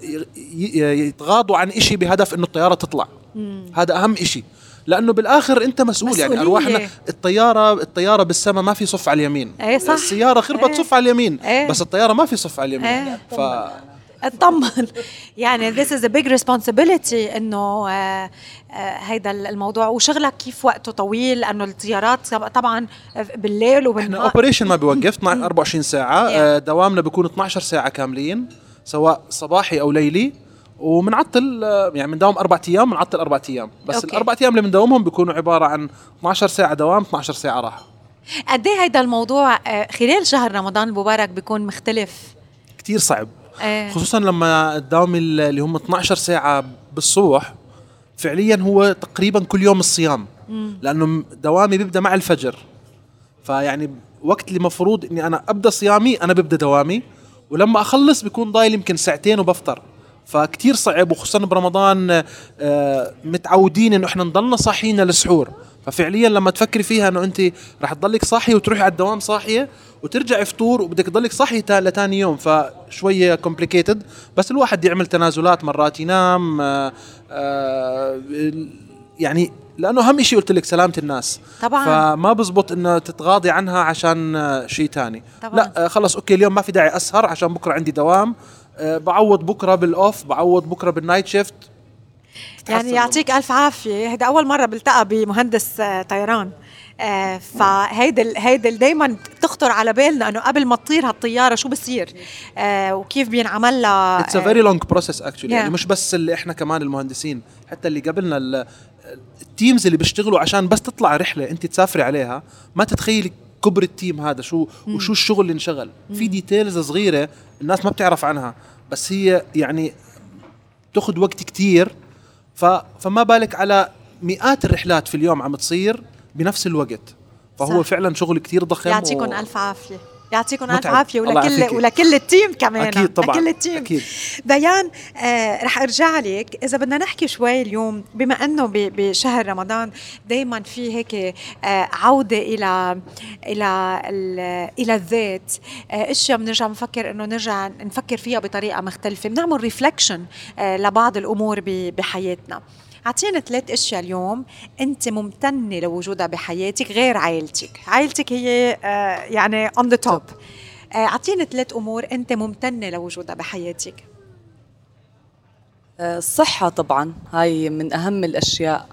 يتغاضوا عن إشي بهدف إنه الطيارة تطلع. هذا أهم إشي، لأنه بالآخر أنت مسؤول. يعني أرواحنا الطيارة الطيارة بالسماء ما في صف على اليمين. أيه صح. السيارة خربت أيه. صف على اليمين. أيه. بس الطيارة ما في صف على اليمين. أيه. ف اطمن. يعني this is a big responsibility إنه آه آه هيدا الموضوع، وشغلك كيف وقته طويل لأنه الطيارات طبعا بالليل وبالنهار. احنا اوبريشن ما بيوقف أربعة وعشرين ساعة. آه دوامنا بيكون اثني عشر ساعة كاملين سواء صباحي أو ليلي، ومنعطل يعني من دوام أربعة أيام منعطل أربعة أيام، بس أوكي. الأربعة أيام اللي من دوامهم بيكونوا عبارة عن اثني عشر ساعة دوام اثني عشر ساعة راحة. قد ايه هيدا الموضوع آه خلال شهر رمضان المبارك بيكون مختلف؟ كتير صعب. آه. خصوصا لما الدوام اللي هم اثني عشر ساعة بالصبح فعليا هو تقريبا كل يوم الصيام. مم. لأنه دوامي بيبدأ مع الفجر، فيعني وقت اللي مفروض إني أنا أبدأ صيامي أنا ببدأ دوامي، ولما أخلص بيكون ضايل يمكن ساعتين وبفطر، فكتير صعب. وخصوصا برمضان آه متعودين إنه إحنا نضلنا صاحيين للسحور، ففعليا لما تفكري فيها إنه أنت رح تضلك صاحية وتروحي على الدوام صاحية وترجع فطور وبدك تضلك صاحي لتاني يوم، فشوية complicated. بس الواحد يعمل تنازلات، مرات ينام آآ آآ يعني لأنه أهم شيء قلت لك سلامة الناس طبعا. فما بزبط إنه تتغاضي عنها عشان شيء تاني. طبعا. لا خلص أوكي اليوم ما في داعي أسهر عشان بكرة عندي دوام، بعوض بكرة بالأوف، بعوض بكرة بالنايت شيفت. يعني يعطيك ألف عافية. هيدا أول مرة بلتقى بمهندس طيران، آه فهيدا هيدا دايما تخطر على بالنا انه قبل ما تطير هالطياره شو بصير آه وكيف بينعمل لها. It's a very long process actually. yeah. يعني مش بس اللي احنا كمان المهندسين، حتى اللي قبلنا التيمز اللي بيشتغلوا عشان بس تطلع رحله انت تسافري عليها، ما تتخيلي كبر التيم هذا شو مم. وشو الشغل اللي انشغل في ديتيلز صغيره الناس ما بتعرف عنها، بس هي يعني تاخذ وقت كتير. ف فما بالك على مئات الرحلات في اليوم عم تصير بنفس الوقت، فهو صح. فعلا شغل كتير ضخم. يعطيكم و... ألف عافية. يعطيكم ألف متعب. عافية ولكل ولكل التيم كمان. أكيد طبعا. لكل التيم. أكيد. ديان آه رح أرجع لك إذا بدنا نحكي شوي اليوم، بما أنه بشهر رمضان دايما في هيك آه عودة إلى إلى إلى الذات، آه أشياء بنرجع نفكر إنه نرجع نفكر فيها بطريقة مختلفة، بنعمل ريفلكشن آه لبعض الأمور بحياتنا. أعطينا ثلاث أشياء اليوم أنت ممتنة لوجودها بحياتك غير عائلتك. عائلتك هي آه يعني on the top. أعطينا ثلاث أمور أنت ممتنة لوجودها بحياتك. الصحة طبعا هاي من أهم الأشياء.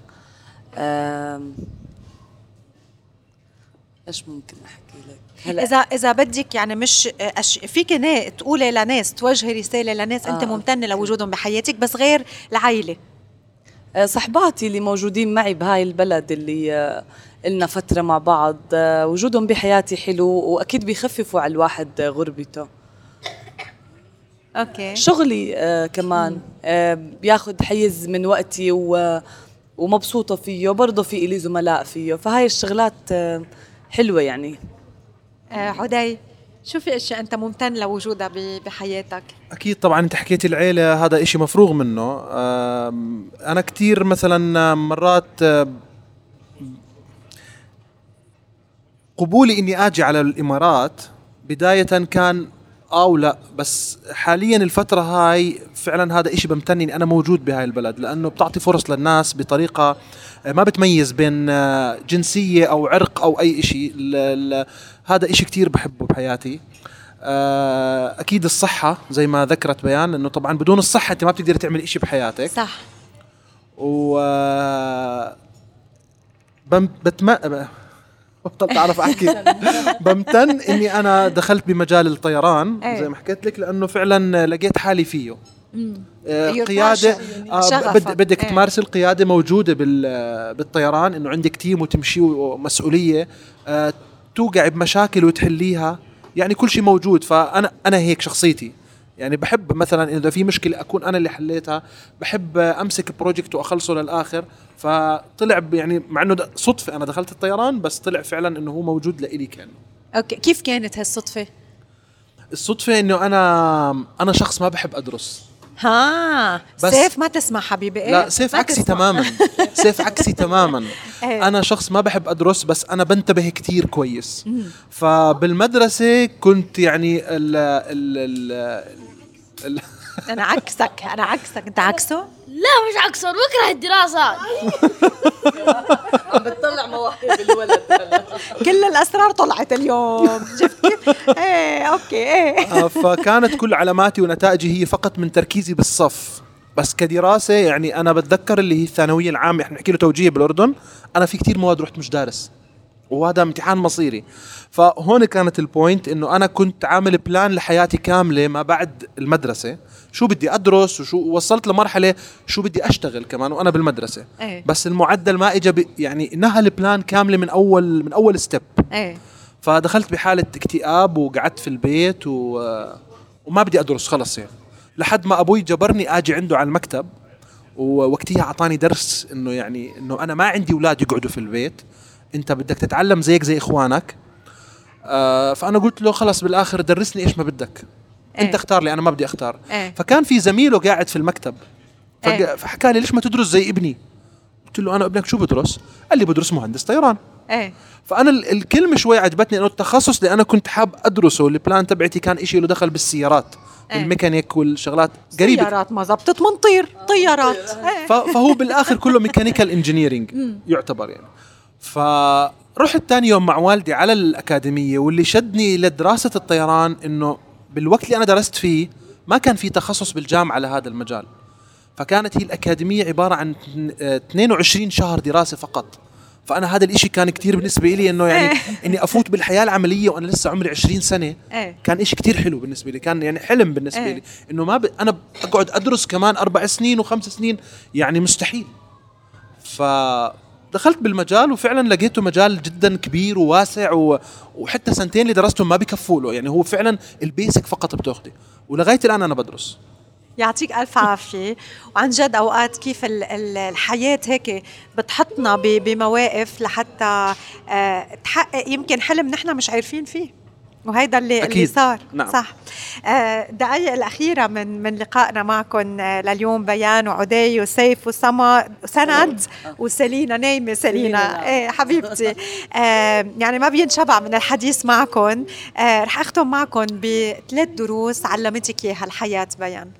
إيش ممكن أحكي لك هلا؟ إذا إذا بدك يعني مش أش... فيك نا... تقولي لناس، توجهي رسالة لناس آه. أنت ممتنة لوجودهم بحياتك بس غير العائلة. صحباتي اللي موجودين معي بهاي البلد اللي لنا فترة مع بعض، وجودهم بحياتي حلو وأكيد بيخففوا على الواحد غربته. أوكي. شغلي آه كمان آه بياخد حيز من وقتي و ومبسوطة فيه، برضه في إلي زملاء فيه، فهاي الشغلات آه، حلوة يعني. آه عدي، شو في اشياء انت ممتن لوجودها ب- بحياتك؟ اكيد طبعا انت حكيتي العيله، هذا اشي مفروغ منه. آم، انا كتير مثلا مرات آه، قبولي اني اجي على الامارات بدايه كان او لا، بس حاليا الفتره هاي فعلا هذا اشي بمتني اني انا موجود بهاي البلد، لانه بتعطي فرص للناس بطريقه آه، ما بتميز بين آه، جنسيه او عرق او اي اشي. ال- ال- هذا اشي كتير بحبه بحياتي. آه، اكيد الصحه زي ما ذكرت بيان، انه طبعا بدون الصحه انت ما بتقدر تعمل اشي بحياتك. صح. و آه، بم بتم بطلت اعرف احكي. بمتن اني انا دخلت بمجال الطيران ايه. زي ما حكيت لك، لانه فعلا لقيت حالي فيه. آه، Your قياده passion. آه، شغفك. بد- بدك ايه. تمارس القياده موجوده بال- بالطيران، انه عندك تيم وتمشي ومسؤوليه، آه، توقع بمشاكل وتحليها، يعني كل شيء موجود. فانا انا هيك شخصيتي، يعني بحب مثلا اذا في مشكله اكون انا اللي حليتها، بحب امسك بروجكت واخلصه للاخر. فطلع ب- يعني مع انه ده صدفه انا دخلت الطيران، بس طلع فعلا انه هو موجود لإلي. كان اوكي، كيف كانت هالصدفه؟ الصدفه انه انا انا شخص ما بحب ادرس. ها بس- سيف ما تسمع حبيبي. إيه؟ لا سيف ما عكسي تسمع. تماما. سيف عكسي تماما. إيه. انا شخص ما بحب ادرس، بس انا بنتبه كتير كويس. فبالمدرسه كنت يعني ال ال ال ال انا عكسك، انا عكسك، انت عكسه. لا مش عكسر، بكره الدراسة. عم بتطلع مواهب الولد هلا. كل الاسرار طلعت اليوم. شفت كيف؟ ايه اوكي ايه. آه، فكانت كل علاماتي ونتائجي هي فقط من تركيزي بالصف. بس كدراسه يعني انا بتذكر اللي هي الثانويه العامه، احنا نحكي له توجيه بالاردن، انا في كتير مواد رحت مش دارس، وهذا امتحان مصيري. فهون كانت البوينت انه انا كنت عامل بلان لحياتي كامله ما بعد المدرسه، شو بدي ادرس، وشو وصلت لمرحله شو بدي اشتغل كمان وانا بالمدرسه. ايه. بس المعدل ما اجى ب- يعني نهى البلان كامله من اول من اول ستيب. ايه. فدخلت بحاله اكتئاب وقعدت في البيت و... وما بدي ادرس خلص يعني، لحد ما ابوي جبرني اجي عنده على المكتب، ووقتها اعطاني درس انه يعني انه انا ما عندي اولاد يقعدوا في البيت، انت بدك تتعلم زيك زي اخوانك. آه فانا قلت له خلص بالاخر درسني ايش ما بدك. إيه. انت اختار لي، انا ما بدي اختار. إيه. فكان في زميله قاعد في المكتب، فق- إيه. فحكى لي ليش ما تدرس زي ابني. قلت له انا ابنك شو بدرس؟ قال لي بدرس مهندس طيران. ايه. فانا ال- الكلمه شوي عجبتني، انه التخصص اللي انا كنت حاب ادرسه، البلان تبعتي كان إشي له دخل بالسيارات، إيه. الميكانيك والشغلات قريبه. طيارات ما زبطت منطير طيارات. إيه. ف- فهو بالاخر كله ميكانيكال انجينيرينج يعتبر يعني. فرحت ثاني يوم مع والدي على الاكاديميه، واللي شدني لدراسه الطيران انه بالوقت اللي انا درست فيه ما كان في تخصص بالجامعه لهذا المجال. فكانت هي الاكاديميه عباره عن اثنين وعشرين شهر دراسه فقط. فانا هذا الاشي كان كتير بالنسبه لي، انه يعني اني افوت بالحياه العمليه وانا لسه عمري عشرين سنه. إيه. كان إشي كتير حلو بالنسبه لي، كان يعني حلم بالنسبه إيه. لي انه ما ب... انا اقعد ادرس كمان اربع سنين وخمس سنين، يعني مستحيل. فدخلت بالمجال وفعلا لقيته مجال جدا كبير وواسع، و... وحتى سنتين اللي درستهم ما بكفوا له، يعني هو فعلا البيسك فقط بتاخده، ولغايه الان انا بدرس. يعطيك ألف عافية. وعن جد أوقات كيف ال- ال- الحياة هيك بتحطنا ب- بمواقف لحتى آه، تحقق يمكن حلم نحن مش عارفين فيه، وهيدا اللي, اللي أكيد. صار. نعم. صح. آه، الدقائق الأخيرة من من لقائنا معكم آه، لليوم، بيان وعدي وسيف وسما وسند وسلينا. نايمة سلينا. ايه حبيبتي. آه، يعني ما بينشبع من الحديث معكم. آه، رح أختم معكم بثلاث دروس علمتك إياها الحياة بيان.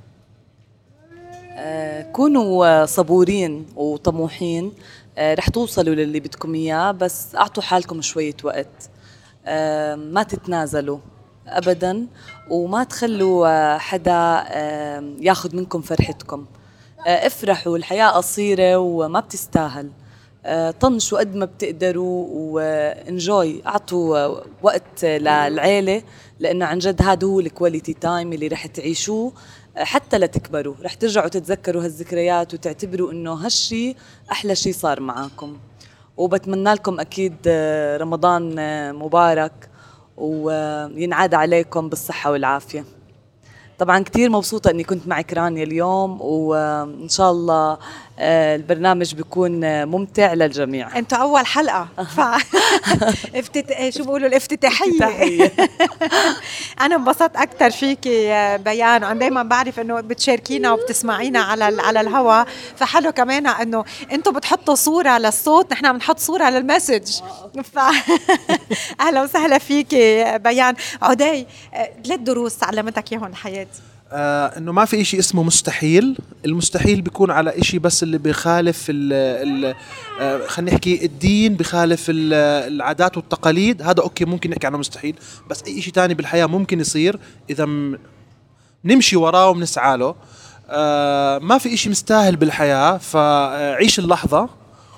آه، كونوا صبورين وطموحين، آه، رح توصلوا للي بدكم إياه، بس أعطوا حالكم شوية وقت. آه، ما تتنازلوا أبداً، وما تخلوا آه، حدا آه، ياخد منكم فرحتكم. آه، افرحوا، الحياة قصيرة وما بتستاهل. آه، طنشوا قد ما بتقدروا وانجوي، اعطوا آه، وقت للعيلة، لأنه عن جد هذا هو الكواليتي تايم اللي رح تعيشوه آه، حتى لتكبروا. رح ترجعوا تتذكروا هالذكريات وتعتبروا إنه هالشي أحلى شي صار معاكم. وبتمنى لكم أكيد آه، رمضان آه، مبارك، وينعاد عليكم بالصحة والعافية. طبعا كتير مبسوطة أني كنت معك رانيا اليوم، وإن شاء الله البرنامج بيكون ممتع للجميع. انتوا اول حلقه ف افتت... شو بيقولوا الافتتاحيه. انا انبسطت اكثر فيكي بيان، وانا دائما بعرف انه بتشاركينا وبتسمعينا على على الهواء، فحلو كمان انه انتوا بتحطوا صوره للصوت، نحن بنحط صوره للمسج. ف اهلا وسهلا فيكي بيان. عدي، ثلاث دروس تعلمتك اياهم حياتي. آه انه ما في اشي اسمه مستحيل. المستحيل بيكون على اشي بس اللي بيخالف ال ال آه خلينا نحكي الدين، بيخالف العادات والتقاليد، هذا اوكي ممكن نحكي عنه مستحيل. بس اي اشي تاني بالحياة ممكن يصير اذا نمشي وراه وبنسعى له. آه ما في اشي مستاهل بالحياة، فعيش اللحظة،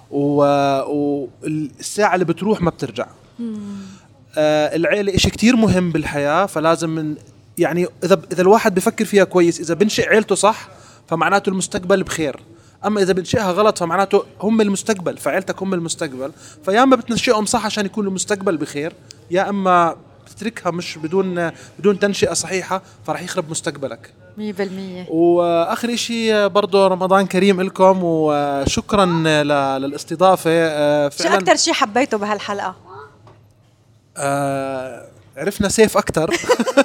والساعة اللي بتروح ما بترجع. آه العيلة اشي كتير مهم بالحياة، فلازم من يعني إذا إذا الواحد بفكر فيها كويس، إذا بنشئ عيلته صح فمعناته المستقبل بخير، أما إذا بنشئها غلط فمعناته هم المستقبل، فعيلتك هم المستقبل. فيا أما بتنشئهم صح عشان يكون المستقبل بخير، يا أما بتتركها مش بدون بدون تنشئة صحيحة فرح يخرب مستقبلك مية بالمية. وآخر إشي برضو رمضان كريم لكم، وشكرا للاستضافة. شو أكتر شي حبيته بهالحلقة؟ آه عرفنا سيف أكتر.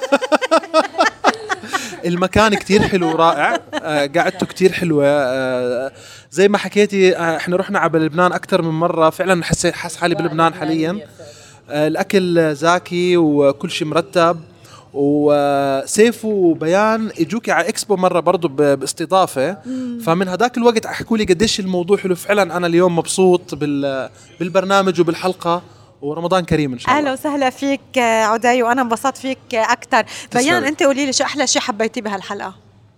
المكان كتير حلو ورائع، آه قعدته كتير حلوة. آه زي ما حكيتي، آه احنا رحنا على لبنان أكتر من مرة، فعلا حسيت حس حالي بلبنان حاليا. آه الأكل زاكي وكل شيء مرتب. وسيف وبيان اجوكي على اكسبو مره برضو باستضافه، فمن هداك الوقت احكوا لي قديش الموضوع حلو. فعلا انا اليوم مبسوط بالبرنامج وبالحلقه، ورمضان كريم ان شاء الله. اهلا وسهلا فيك عدي، وانا انبسطت فيك اكثر. بيان، انت قولي لي شو احلى شيء حبيتيه بهالحلقه؟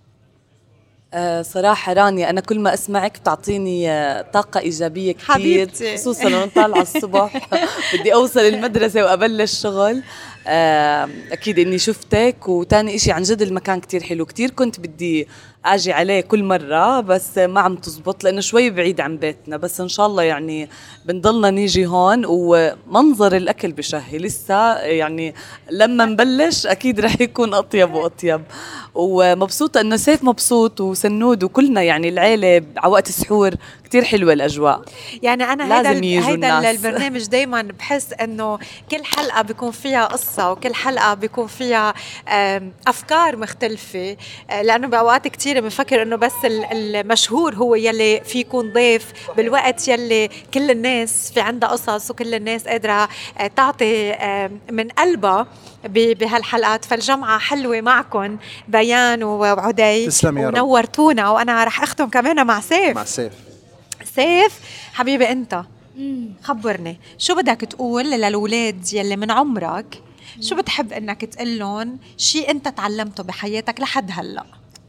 أه صراحة رانيا، أنا كل ما أسمعك بتعطيني طاقة إيجابية كتير حبيبتي. خصوصاً وأنا طالعة الصبح بدي أوصل المدرسة وأبلش شغل. أه أكيد إني شفتك، وتاني إشي عن جد المكان كتير حلو، كتير كنت بدي أجي عليه كل مرة بس ما عم تزبط لأنه شوي بعيد عن بيتنا، بس إن شاء الله يعني بنضلنا نيجي هون. ومنظر الأكل بشهي لسه، يعني لما نبلش أكيد رح يكون أطيب وأطيب. ومبسوطة إنه سيف مبسوط وسنود وكلنا، يعني العيلة على وقت السحور كتير حلوة الأجواء. يعني أنا هيدا هيدا البرنامج دايما بحس إنه كل حلقة بيكون فيها قصة، وكل حلقة بيكون فيها أفكار مختلفة، لأنه بأوقات كتير بنفكر إنه بس المشهور هو يلي في يكون ضيف، بالوقت يلي كل الناس في عندها قصص، وكل الناس قادرة تعطي من قلبها بهالحلقات. فالجمعة حلوة معكم بيان وعدي، ونورتونا. وأنا رح أختم كمان مع سيف. مع سيف. سيف حبيبي، أنت خبرني شو بدك تقول للولاد يلي من عمرك، شو بتحب إنك تقلن شيء أنت تعلمته بحياتك لحد هلأ؟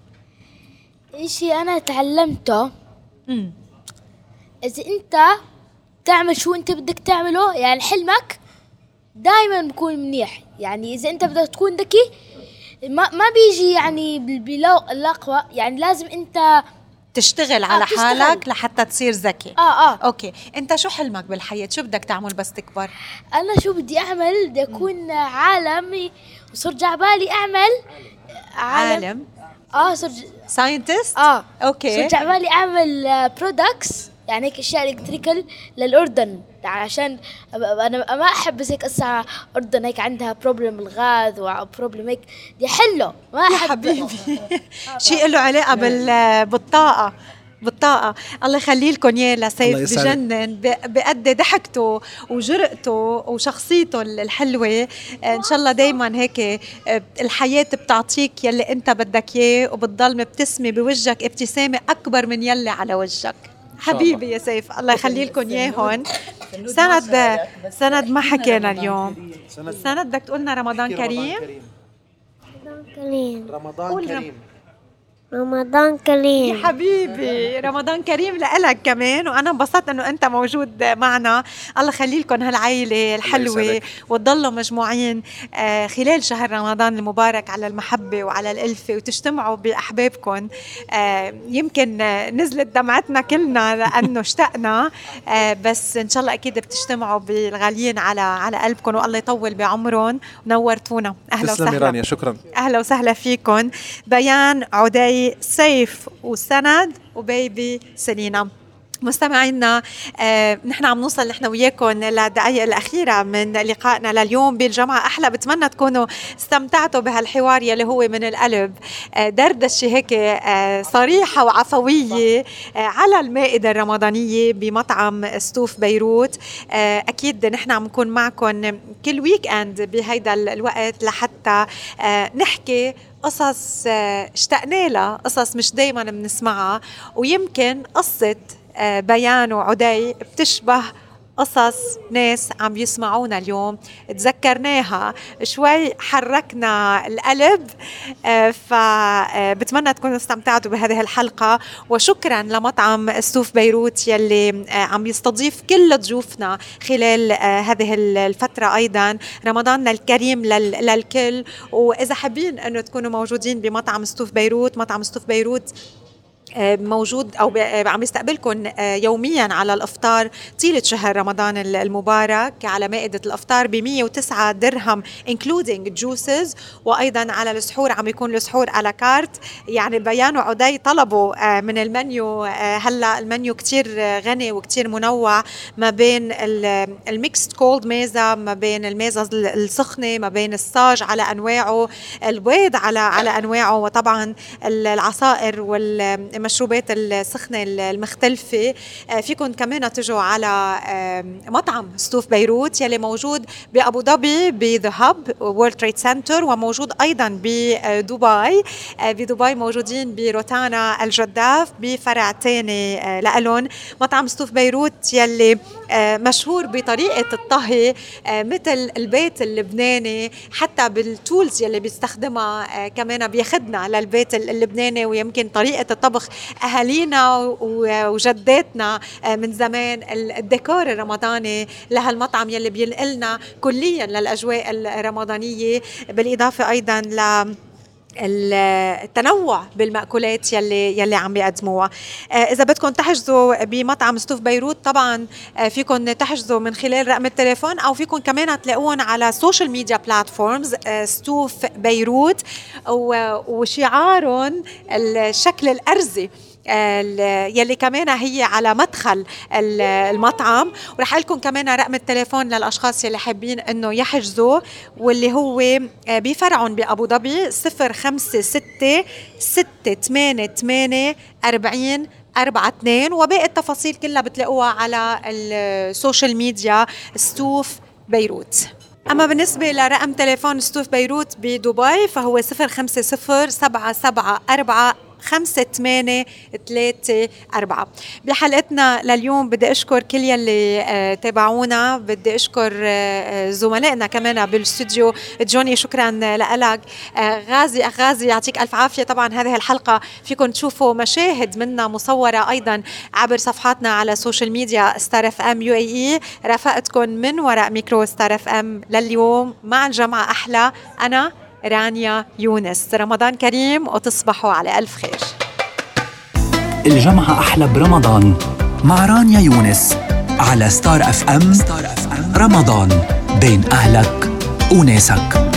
إشي أنا تعلمته، مم. إذا أنت تعمل شو أنت بدك تعمله، يعني حلمك دايما بكون منيح. يعني إذا أنت بدك تكون ذكي ما ما بيجي يعني بالأقوى، يعني لازم أنت تشتغل على آه حالك لحتى تصير ذكي. آه آه أوكي، أنت شو حلمك بالحياة؟ شو بدك تعمل بس تكبر؟ أنا شو بدي أعمل؟ بدي أكون عالمي، وصرت جعبالي أعمل عالم, عالم. آه صرت ساينتست. آه أوكي، صرت جعبالي أعمل برودكتس، يعني هيك اشياء الكتريكال للاردن، عشان انا ما احب بس هيك اسا اردن هيك عندها بروبلم الغاز وبروبلم هيك دي حله ما احب. يا حبيبي شيء له علاقه بال بالطاقه بالطاقة. الله يخلي لكم يا لسيف، بجنن بقد ضحكته وجرأته وشخصيته الحلوة. إن شاء الله دايما هيك الحياة بتعطيك يلي أنت بدك إياه، وبتضل مبتسمة بوجهك ابتسامة أكبر من يلي على وجهك. حبيبي يا سيف، الله يخلي لكم إياهم. سند سند ما حكينا اليوم. سند بدك تقولنا رمضان كريم. رمضان كريم. رمضان كريم. رمضان كريم. يا حبيبي رمضان كريم لإلك كمان، وأنا انبسطت أنه أنت موجود معنا. الله خلي لكم هالعائلة الحلوة وتضلوا مجموعين آه خلال شهر رمضان المبارك على المحبة وعلى الألفة، وتجتمعوا بأحبابكم. آه يمكن نزلت دمعتنا كلنا لأنه اشتقنا، آه بس إن شاء الله أكيد بتجتمعوا بالغاليين على على قلبكم، والله يطول بعمرهم. ونورتونا. أهلا وسهلا. تسلمي رانيا، شكرا. أهلا وسهلا فيكم. بيان، عدي، سيف وسند وبيبي سلينا. مستمعينا آه، نحن عم نوصل نحن وياكم للدقائق الأخيرة من لقائنا لليوم بالجمعة أحلى. بتمنى تكونوا استمتعتوا بهالحوار يلي هو من القلب، آه، دردشة هيك آه، صريحة وعفوية آه، على المائدة الرمضانية بمطعم ستوف بيروت. آه، أكيد نحن عم نكون معكم كل ويك أند بهيدا الوقت لحتى آه، نحكي قصص آه، اشتقنا لها، قصص مش دايما بنسمعها، ويمكن قصة بيان وعدي بتشبه قصص ناس عم يسمعونا اليوم، تذكرناها شوي، حركنا القلب. فبتمنى تكونوا استمتعتوا بهذه الحلقة، وشكرا لمطعم ستوف بيروت يلي عم يستضيف كل ضيوفنا خلال هذه الفترة. أيضا رمضاننا الكريم للكل، وإذا حابين أنه تكونوا موجودين بمطعم ستوف بيروت، مطعم ستوف بيروت موجود أو عم يستقبلكم يوميا على الإفطار طيلة شهر رمضان المبارك على مائدة الإفطار ب مية وتسعة درهم including juices، وأيضا على السحور عم يكون السحور على كارت. يعني بيان وعدي طلبوا من المنيو، هلا المنيو كتير غني وكتير منوع، ما بين الميكست كولد ميزة، ما بين الميزة السخنة، ما بين الصاج على أنواعه، البيض على على أنواعه، وطبعا العصائر وال المشروبات السخنة المختلفة. فيكن كمان تجوا على مطعم ستوف بيروت يلي موجود بأبو ظبي بذا هاب وورلد تريد سنتر، وموجود أيضا بدبي. بدبي موجودين بروتانا الجداف بفرع تاني لألون. مطعم ستوف بيروت يلي مشهور بطريقة الطهي مثل البيت اللبناني، حتى بالتولز يلي بيستخدمها كمان بياخدنا للبيت اللبناني، ويمكن طريقة الطبخ أهالينا وجداتنا من زمان. الديكور الرمضاني لهالمطعم يلي بينقلنا كليا للأجواء الرمضانية، بالإضافة أيضا ل التنوع بالمأكولات يلي يلي عم بيقدموها. إذا بدكم تحجزوا بمطعم ستوف بيروت، طبعا فيكم تحجزوا من خلال رقم التليفون، أو فيكم كمان تلاقون على سوشيال ميديا بلاتفورمز ستوف بيروت، وشعارهم الشكل الأرزي يلي كمان هي على مدخل المطعم. ورح لكم كمان رقم التليفون للأشخاص يلي حابين انه يحجزوا، واللي هو بفرعهم بأبو ظبي صفر خمسة ستة ستة ثمانية ثمانية أربعين أربعة اثنين، وباقي التفاصيل كلها بتلاقوها على السوشيال ميديا ستوف بيروت. أما بالنسبة لرقم تليفون ستوف بيروت بدبي فهو صفر خمسة صفر سبعة سبعة أربعة خمسة ثمانية ثلاثة أربعة. بحلقتنا لليوم بدي أشكر كل يلي تابعونا، بدي أشكر زملائنا كمان بالاستوديو. جوني شكرا لك. غازي أغازي يعطيك ألف عافية. طبعا هذه الحلقة فيكم تشوفوا مشاهد منا مصورة أيضا عبر صفحاتنا على السوشيال ميديا ستار اف ام يو اي اي. رافقتكم من وراء ميكرو ستار اف ام لليوم مع الجمعة أحلى. أنا رانيا يونس. رمضان كريم وتصبحوا على ألف خير. الجمعة أحلى برمضان مع رانيا يونس على ستار اف ام. رمضان بين أهلك وناسك.